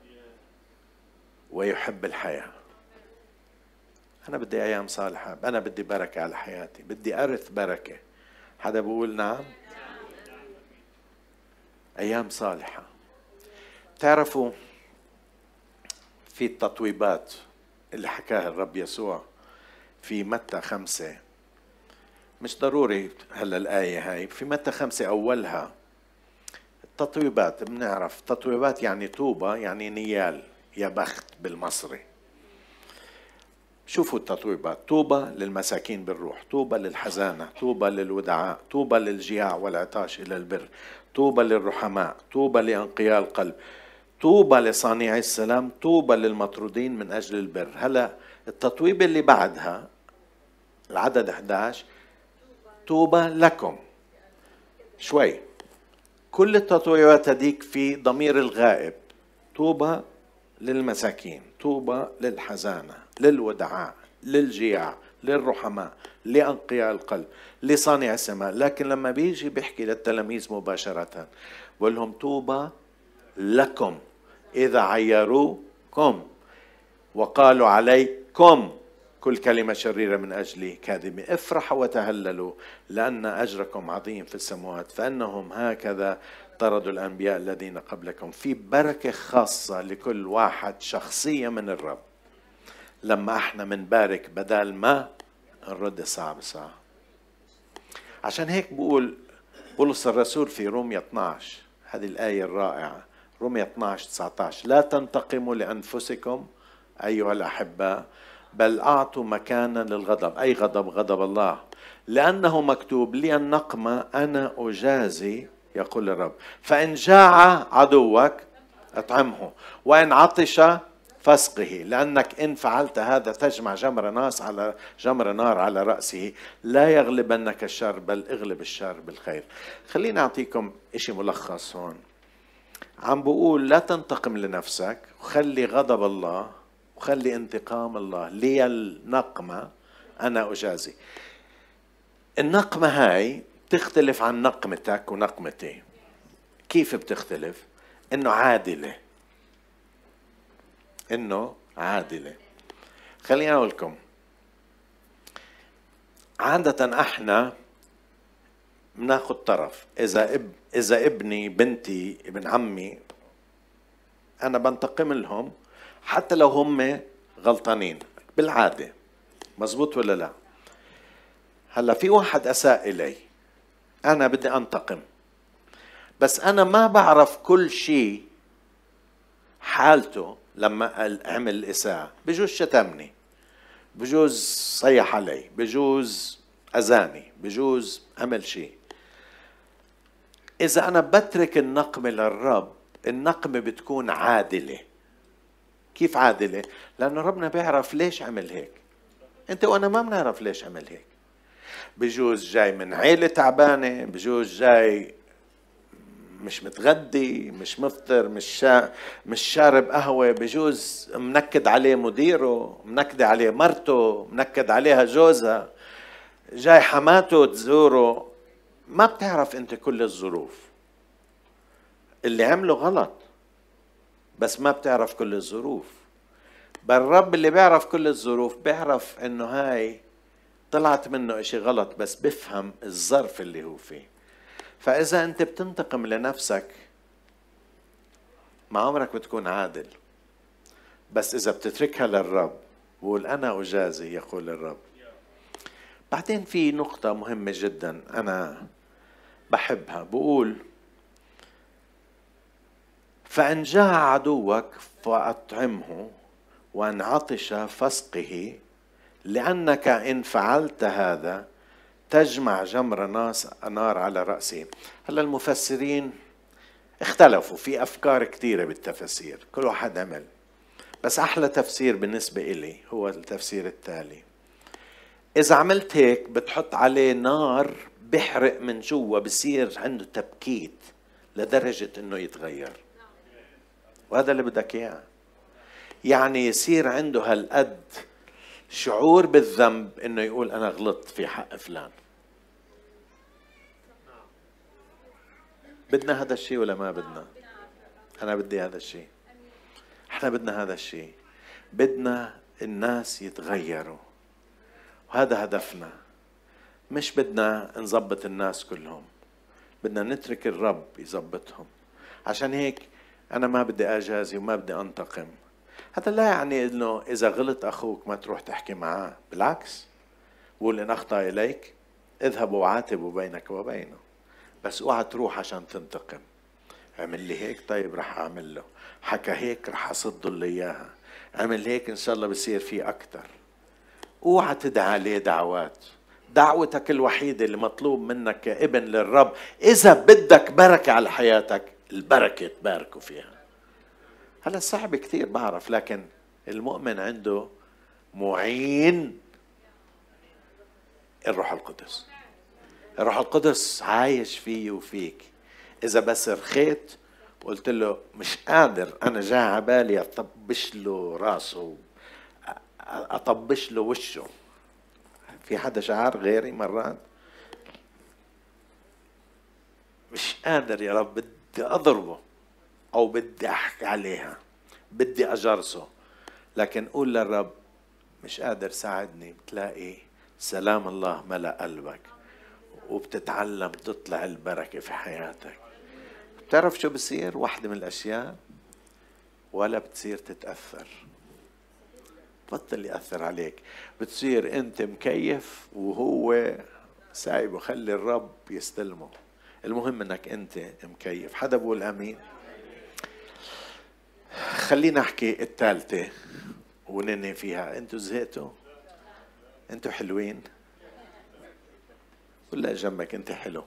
Speaker 1: ويحب الحياة. أنا بدي أيام صالحة، أنا بدي بركة على حياتي، بدي أرث بركة. حدا بقول نعم؟ أيام صالحة. تعرفوا في التطويبات اللي حكاها الرب يسوع في متى خمسة، مش ضروري هلا الآية هاي، في متى خمسة أولها التطويبات. بنعرف تطويبات يعني طوبة، يعني نيال، يا بخت بالمصري. شوفوا التطويبات: طوبى للمساكين بالروح، طوبى للحزانة، طوبى للودعاء، طوبى للجياع والعطاش إلى البر، طوبى للرحماء، طوبى لأنقياء القلب، طوبى لصانعي السلام، طوبى للمطرودين من أجل البر. هلا التطويب اللي بعدها العدد أحد عشر: طوبى لكم. شوي كل التطويبات هذيك في ضمير الغائب: طوبى للمساكين، طوبى للحزانة، للودعاء، للجياع، للرحماء، لأنقياء القلب، لصانع السماء. لكن لما بيجي بيحكي للتلاميذ مباشرة بقول لهم طوبى لكم إذا عيروكم وقالوا عليكم كل كلمة شريرة من أجلي كاذبين. افرحوا وتهللوا لأن أجركم عظيم في السماوات فإنهم هكذا طردوا الأنبياء الذين قبلكم. في بركة خاصة لكل واحد شخصية من الرب لما احنا منبارك بدل ما نرد صعب صعب. عشان هيك بقول بولس الرسول في رومية اثني عشر هذه الآية الرائعة، رومية اثني عشر تسعة عشر: لا تنتقموا لأنفسكم أيها الأحباء بل أعطوا مكانا للغضب، أي غضب غضب الله، لأنه مكتوب لي النقمة أنا أجازي يقول الرب، فإن جاع عدوك أطعمه وإن عطش فاسقه، لأنك إن فعلت هذا تجمع جمر ناس على جمر نار على رأسه. لا يغلبنك الشر بل اغلب الشر بالخير. خليني أعطيكم إشي ملخص هون. عم بقول لا تنتقم لنفسك وخلي غضب الله وخلي انتقام الله. لي النقمة أنا أجازي. النقمة هاي تختلف عن نقمتك ونقمتي. كيف بتختلف؟ إنه عادلة، إنه عادلة. خليني أقول لكم، عادة احنا بناخد طرف. إذا اب إذا ابني بنتي ابن عمي أنا بنتقم لهم حتى لو هم غلطانين بالعادة. مزبوط ولا لا؟ هلا في واحد أساء إلي، أنا بدي أنتقم، بس أنا ما بعرف كل شيء حالته. لما عمل الإساءة بجوز شتمني، بجوز صيح علي، بجوز أذاني، بجوز عمل شيء. إذا أنا بترك النقمة للرب، النقمة بتكون عادلة. كيف عادلة؟ لأنه ربنا بيعرف ليش عمل هيك. أنت وأنا ما بنعرف ليش عمل هيك. بجوز جاي من عيلة تعبانة، بجوز جاي مش متغدي، مش مفطر، مش شا... مش شارب قهوة، بجوز منكد عليه مديره، منكد عليه مرته، منكد عليها جوزها، جاي حماته تزوره. ما بتعرف انت كل الظروف. اللي عمله غلط بس ما بتعرف كل الظروف. بل الرب اللي بيعرف كل الظروف بيعرف انه هاي طلعت منه اشي غلط، بس بفهم الظرف اللي هو فيه. فإذا أنت بتنتقم لنفسك ما عمرك بتكون عادل. بس إذا بتتركها للرب بقول أنا أجازي يقول الرب. بعدين في نقطة مهمة جدا أنا بحبها، بقول فإن جاء عدوك فأطعمه وإن عطش فاسقه، لأنك إن فعلت هذا تجمع جمر ناس نار على رأسه. هلا المفسرين اختلفوا في أفكار كثيرة بالتفسير، كل واحد عمل، بس أحلى تفسير بالنسبة إلي هو التفسير التالي: إذا عملت هيك بتحط عليه نار بحرق من جوا، بصير عنده تبكيت لدرجة إنه يتغير. وهذا اللي بدك إياه، يعني يصير عنده هالقد شعور بالذنب إنه يقول أنا غلطت في حق فلان. بدنا هذا الشيء ولا ما بدنا؟ أنا بدي هذا الشيء. احنا بدنا هذا الشيء، بدنا الناس يتغيروا، وهذا هدفنا. مش بدنا نضبط الناس كلهم، بدنا نترك الرب يضبطهم. عشان هيك أنا ما بدي أجازي وما بدي أنتقم. هذا لا يعني إنه إذا غلط أخوك ما تروح تحكي معاه، بالعكس، قول إن أخطأ إليك اذهب وعاتبوا بينك وبينه، بس اوعى تروح عشان تنتقم. عمل لي هيك طيب رح أعمل له، حكى هيك رح أصد له إياها، عمل هيك إن شاء الله بصير فيه أكتر. اوعى تدعى عليه دعوات. دعوتك الوحيدة اللي مطلوب منك كابن للرب، إذا بدك بركة على حياتك البركة تباركوا فيها. هلا صعب كثير بعرف، لكن المؤمن عنده معين الروح القدس. الروح القدس عايش فيه وفيك. إذا بس رخيت وقلت له مش قادر، أنا جاي عبالي أطبش له راسه، أطبش له وشه. في حدا شعر غيري مرات مش قادر يا رب، بدي أضربه أو بدي أحكي عليها، بدي أجرسه، لكن قول للرب مش قادر ساعدني. بتلاقي سلام الله ملأ قلبك وبتتعلم تطلع البركة في حياتك. بتعرف شو بصير؟ واحدة من الأشياء، ولا بتصير تتأثر، بطل يأثر عليك. بتصير أنت مكيف وهو سايبه، خلي الرب يستلمه. المهم أنك أنت مكيف. حدا بقول أمين؟ خلينا أحكي الثالثة وننهي فيها. أنتوا زهقتوا؟ أنتوا حلوين؟ ولا جنبك أنت حلو؟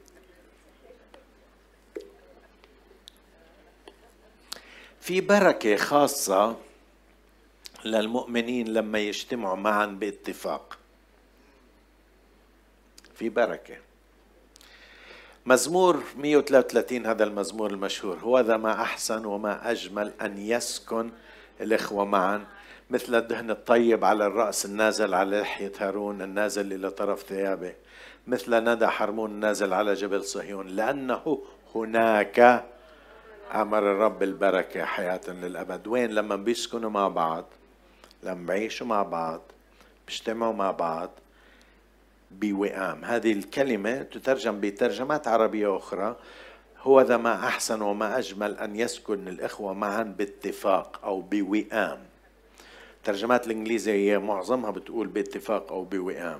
Speaker 1: في بركة خاصة للمؤمنين لما يجتمعوا معا باتفاق. في بركة. مزمور مئة وثلاثة وثلاثين، هذا المزمور المشهور: هو ذا ما أحسن وما أجمل أن يسكن الإخوة معا، مثل الدهن الطيب على الرأس النازل على لحية هارون النازل إلى طرف ثيابه، مثل ندى حرمون النازل على جبل صهيون، لأنه هناك أمر الرب البركة حياة للأبد. وين؟ لما بيسكنوا مع بعض، لما بيعيشوا مع بعض، بيجتمعوا مع بعض، بوئام. هذه الكلمة تترجم بترجمات عربية أخرى: هو ذا ما أحسن وما أجمل أن يسكن الإخوة معا باتفاق أو بوئام. ترجمات الإنجليزية معظمها بتقول باتفاق أو بوئام.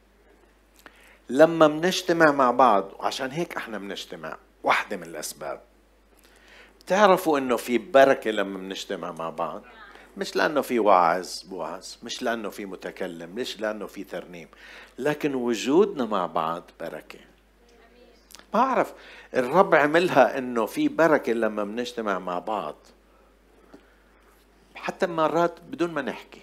Speaker 1: لما منجتمع مع بعض، وعشان هيك احنا منجتمع، واحدة من الأسباب، تعرفوا انه في بركة لما منجتمع مع بعض. مش لأنه في واعظ بوعظ، مش لأنه في متكلم، مش لأنه في ترنيم، لكن وجودنا مع بعض بركة. ما أعرف الرب عملها انه في بركة لما منجتمع مع بعض، حتى مرات بدون ما نحكي.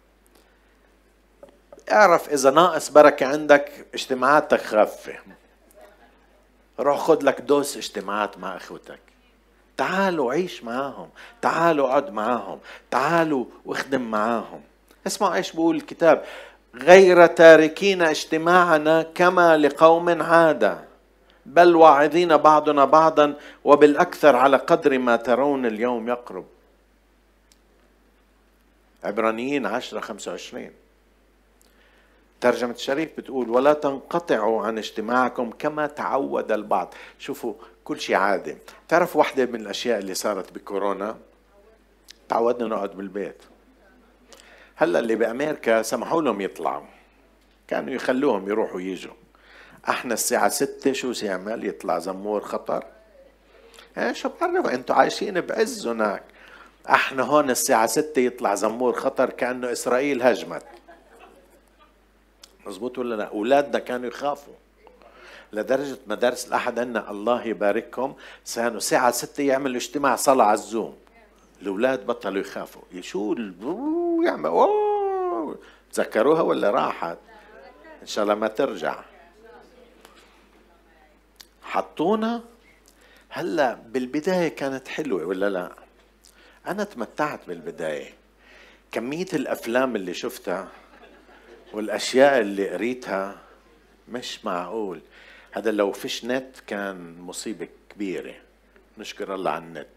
Speaker 1: اعرف إذا ناقص بركة عندك، اجتماعاتك خافة، روح خد لك دوس اجتماعات مع اخوتك. تعالوا عيش معاهم، تعالوا اقعد معاهم، تعالوا واخدم معاهم. اسمعوا ايش بقول الكتاب: غير تاركين اجتماعنا كما لقوم عادة، بل واعظين بعضنا بعضا، وبالأكثر على قدر ما ترون اليوم يقرب. عبرانيين عشرة خمسة وعشرين. ترجمة الشريف بتقول: ولا تنقطعوا عن اجتماعكم كما تعود البعض. شوفوا كل شيء عادة. تعرف واحدة من الأشياء اللي صارت بكورونا؟ تعودنا نقعد بالبيت. هلأ اللي بأمريكا سمحوا لهم يطلعوا، كانوا يخلوهم يروحوا ييجوا. احنا الساعة ستة شو سيعمل؟ يطلع زمور خطر. ايه شو بعرف، انتوا عايشين بعز هناك. احنا هون الساعة ستة يطلع زمور خطر كأنه إسرائيل هجمت. مزبوط ولا لا؟ أولادنا كانوا يخافوا لدرجة مدارس الأحد عندنا الله يباركهم كانوا ساعة ستة يعملوا اجتماع صلاة على الزوم. الأولاد بطلوا يخافوا. شو يعمل؟ أوه تذكروها ولا راحت؟ إن شاء الله ما ترجع. حطونا. هلا بالبداية كانت حلوة ولا لا؟ أنا تمتعت بالبداية. كمية الأفلام اللي شفتها والأشياء اللي قريتها مش معقول. هذا لو فيش نت كان مصيبة كبيرة. نشكر الله على النت.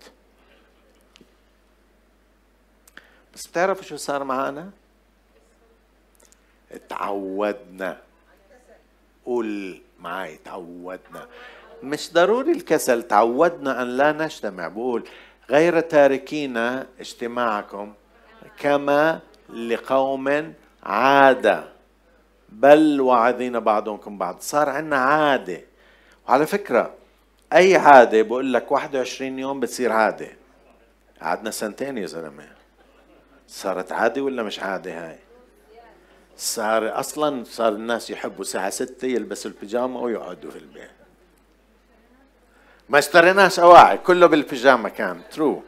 Speaker 1: بس بتعرفوا شو صار معنا؟ تعودنا. قول معي: تعودنا. مش ضروري الكسل، تعودنا أن لا نجتمع. بقول: غير تاركين اجتماعكم كما لقوم عادة، بل واعظين بعضكم بعض. صار عنا عادة. وعلى فكرة أي عادة بقول لك واحد وعشرين يوم بتصير عادة. قعدنا سنتين يا زلمة. صارت عادة ولا مش عادة هاي؟ صار أصلا صار الناس يحبوا الساعة ستة يلبسوا البيجامة ويقعدوا في البيت. ما اشتريناش أواعي، كله بالبيجامة كان. ترو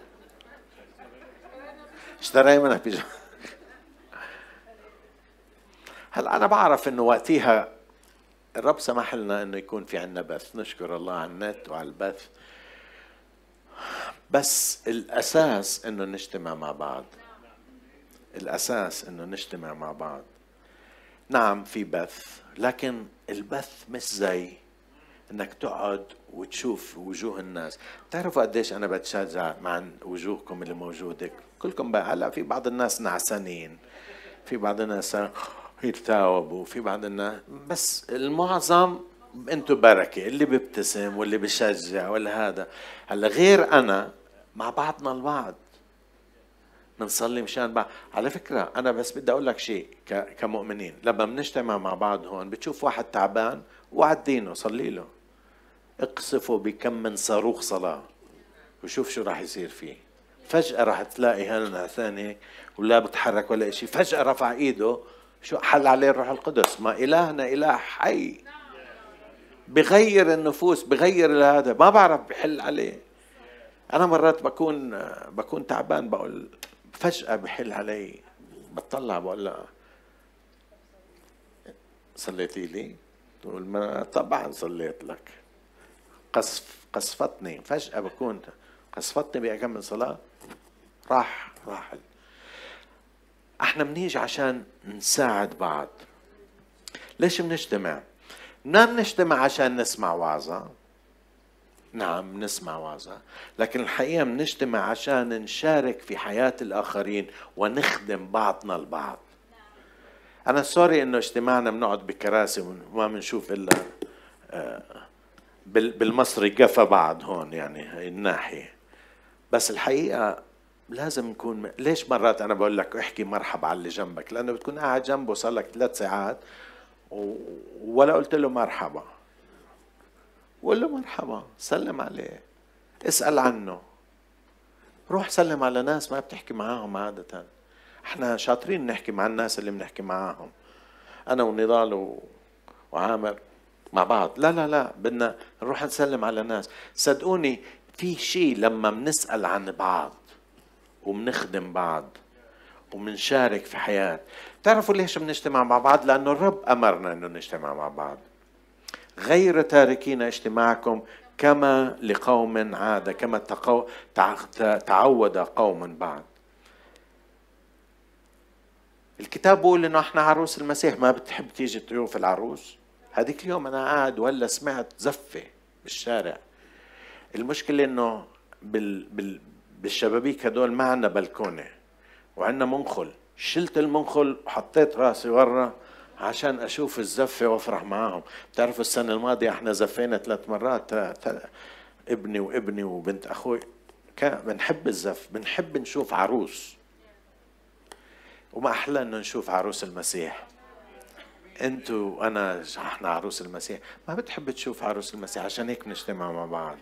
Speaker 1: اشتري منها بيجامة. هلا أنا بعرف إنه وقتها الرب سمح لنا إنه يكون في عنا بث. نشكر الله على النت وعلى البث. بس الأساس إنه نجتمع مع بعض. الأساس إنه نجتمع مع بعض. نعم في بث، لكن البث مش زي إنك تقعد وتشوف وجوه الناس. تعرفوا قديش أنا بتشجع مع وجوهكم اللي موجودة كلكم بقى. هلا في بعض الناس نعسانين، في بعض الناس يتثاوبوا، في بعض الناس، بس المعظم انتوا بركة. اللي بيبتسم واللي بيشجع ولا هذا. هلا غير أنا مع بعضنا البعض بنصلي مشان بعض. على فكرة أنا بس بدي أقول لك شيء كمؤمنين، لما بنجتمع مع بعض هون بتشوف واحد تعبان وعدينه صلي له، اقصفه بكم من صاروخ صلاة وشوف شو راح يصير فيه. فجأة راح تلاقي هالنا ثاني ولا بتحرك ولا شيء، فجأة رفع ايده، شو حل عليه الروح القدس. ما إلهنا إله حي بغير النفوس، بغير هذا. ما بعرف بحل عليه. أنا مرات بكون بكون تعبان بقول فجأة بحل علي، بطلع بقول له صليتي لي؟ تقول ما طبعا صليت لك. قصف قصفتني فجأة، بكون قصفتني بأكمل صلاة راح راح. احنا بنيجي عشان نساعد بعض. ليش بنجتمع؟ ما بنجتمع عشان نسمع وعظة. نعم نسمع وعظة، لكن الحقيقة بنجتمع عشان نشارك في حياة الآخرين ونخدم بعضنا البعض. أنا سوري إنه اجتماعنا بنقعد بكراسي وما بنشوف إلا بالمصري قفا بعض هون، يعني هاي الناحية. بس الحقيقة لازم نكون م... ليش مرات أنا بقول لك احكي مرحبا على اللي جنبك؟ لأنه بتكون قاعد جنبه صار لك ثلاث ساعات و... ولا قلت له مرحبا. قول له مرحبا، سلم عليه، اسأل عنه، روح سلم على ناس ما بتحكي معاهم عادة. احنا شاطرين نحكي مع الناس اللي بنحكي معاهم، أنا ونضال و... وعامر مع بعض. لا لا لا، بدنا نروح نسلم على ناس. صدقوني في شيء لما بنسأل عن بعض وبنخدم بعض وبنشارك في حياة. تعرفوا ليش بنجتمع مع بعض؟ لأنه الرب أمرنا أنه نجتمع مع بعض. غير تاركين اجتماعكم كما لقوم عادة، كما تقو... تعود قوم بعد. الكتاب بيقول انه احنا عروس المسيح. ما بتحب تيجي ضيوف العروس؟ هذيك اليوم انا قاعد ولا سمعت زفة بالشارع. المشكلة انه بال... بال... بالشبابيك هدول ما عنا بلكونة وعنا منخل. شلت المنخل وحطيت راسي ورا عشان اشوف الزفة وافرح معاهم. بتعرفوا السنة الماضية احنا زفينا ثلاث مرات، ابني وابني وبنت اخوي. بنحب الزف، بنحب نشوف عروس، وما أحلى أنه نشوف عروس المسيح. أنتوا وأنا احنا عروس المسيح. ما بتحب تشوف عروس المسيح؟ عشان هيك نجتمع مع بعض.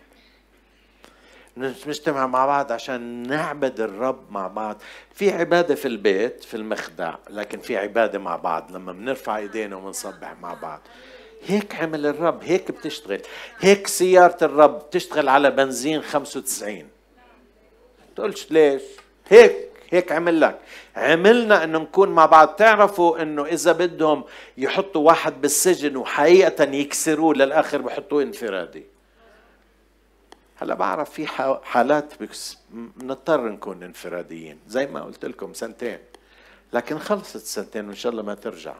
Speaker 1: نجتمع مع بعض عشان نعبد الرب مع بعض. في عبادة في البيت في المخدع، لكن في عبادة مع بعض لما بنرفع ايدينا وبنصبح مع بعض. هيك عمل الرب، هيك بتشتغل. هيك سيارة الرب بتشتغل على بنزين خمسة وتسعين. تقولش ليش؟ هيك هيك عمل لك. عملنا انه نكون مع بعض. تعرفوا انه اذا بدهم يحطوا واحد بالسجن وحقيقة يكسروه للاخر بحطوه انفرادي. هلا بعرف في حالات بنضطر نكون انفراديين زي ما قلت لكم سنتين، لكن خلصت سنتين وان شاء الله ما ترجع.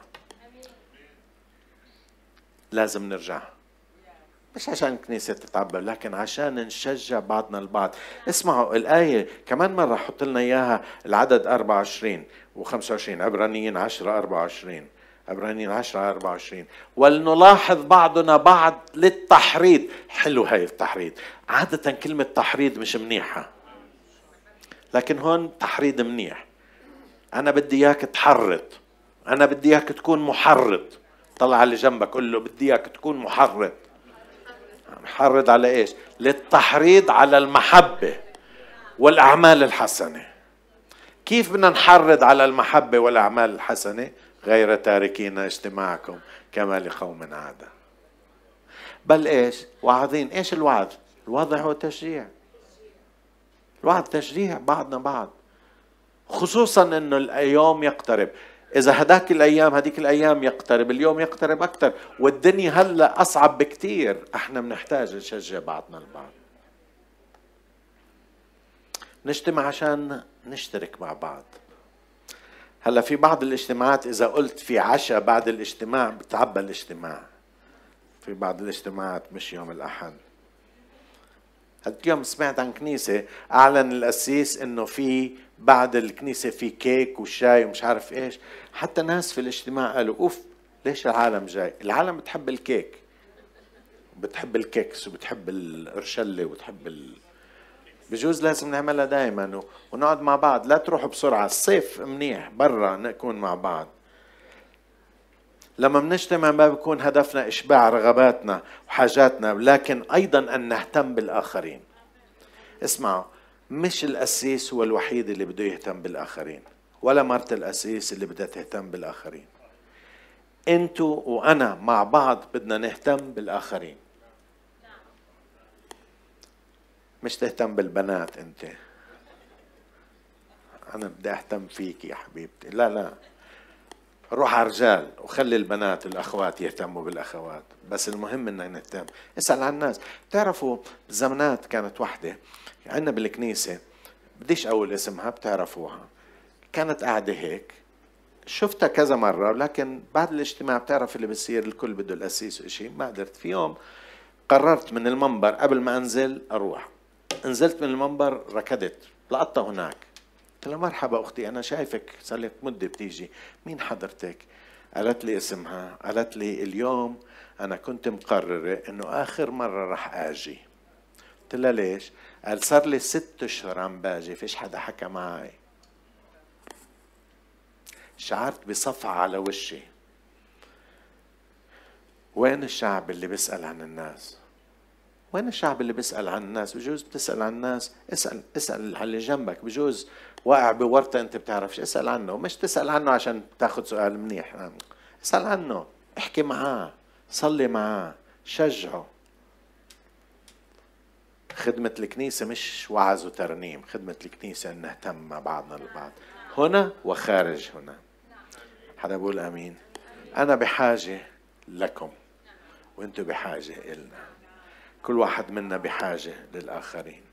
Speaker 1: لازم نرجع، مش عشان الكنيسة تتعبر لكن عشان نشجع بعضنا البعض. اسمعوا الآية كمان مرة، حط لنا إياها العدد أربعة وعشرين وخمسة وعشرين، عبرانيين عشرة أربعة وعشرين، عبرانيين عشرة أربعة وعشرين. ولنلاحظ بعضنا بعض للتحريض. حلو هاي التحريض. عادة كلمة تحريض مش منيحة، لكن هون تحريض منيح. أنا بدي إياك تحرض، أنا بدي إياك تكون محرض. طلع اللي جنبك قل له بدي إياك تكون محرض. نحرض على ايش؟ للتحريض على المحبة والأعمال الحسنة. كيف بدنا نحرض على المحبة والأعمال الحسنة؟ غير تاركين اجتماعكم كما لقوم عادة. بل ايش؟ واعظين. ايش الوعظ؟ الوعظ هو تشجيع. الوعظ تشجيع بعضنا بعض، خصوصا انه اليوم يقترب. إذا هداك الأيام هديك الأيام يقترب، اليوم يقترب أكتر، والدنيا هلأ أصعب بكتير. احنا بنحتاج نشجع بعضنا البعض. نجتمع عشان نشترك مع بعض. هلأ في بعض الاجتماعات إذا قلت في عشاء بعد الاجتماع بتعبى الاجتماع. في بعض الاجتماعات مش يوم الأحد. اليوم سمعت عن كنيسة أعلن القسيس إنه في بعد الكنيسة في كيك وشاي ومش عارف إيش. حتى ناس في الاجتماع قالوا أوف ليش العالم جاي؟ العالم بتحب الكيك، بتحب الكيكس وبتحب الأرشلة وبتحب ال... بجوز لازم نعملها دائما ونقعد مع بعض. لا تروحوا بسرعة، الصيف منيح برا نكون مع بعض. لما بنجتمع ما بيكون هدفنا إشباع رغباتنا وحاجاتنا، لكن أيضا أن نهتم بالآخرين. اسمعوا، مش القسيس هو الوحيد اللي بده يهتم بالآخرين، ولا مرت القسيس اللي بدها تهتم بالآخرين. انتوا وأنا مع بعض بدنا نهتم بالآخرين. مش تهتم بالبنات انت، أنا بدي أهتم فيك يا حبيبتي. لا لا، روح على الرجال وخلي البنات الأخوات يهتموا بالأخوات. بس المهم إننا نهتم. اسأل عن الناس. تعرفوا زمانات كانت وحدة عندنا بالكنيسة، بديش أقول اسمها بتعرفوها، كانت قاعدة هيك، شفتها كذا مرة، لكن بعد الاجتماع بتعرف اللي بصير الكل بده القسيس وإشي. ما قدرت. في يوم قررت من المنبر قبل ما أنزل أروح. نزلت من المنبر ركضت لقطة هناك. قلت لها مرحبا أختي، أنا شايفك صار لك مدة بتيجي، مين حضرتك؟ قالت لي اسمها، قالت لي اليوم أنا كنت مقررة إنه آخر مرة رح آجي. قلت لها ليش؟ قال صار لي ست أشهر عم باجي فيش حدا حكى معي. شعرت بصفعة على وشي. وين الشعب اللي بيسأل عن الناس؟ وين الشعب اللي بيسأل عن الناس؟ بجوز بتسأل عن الناس، اسأل اسأل على اللي جنبك، بجوز واقع بورطة انت بتعرفش، اسأل عنه، مش تسأل عنه عشان تاخد سؤال منيح، اسأل عنه، احكي معاه، صلي معاه، شجعه. خدمة الكنيسة مش وعظ وترنيم، خدمة الكنيسة ان نهتم مع بعضنا البعض هنا وخارج هنا. حدا بقول امين؟ انا بحاجة لكم وانتوا بحاجة إلنا، كل واحد منا بحاجة للآخرين.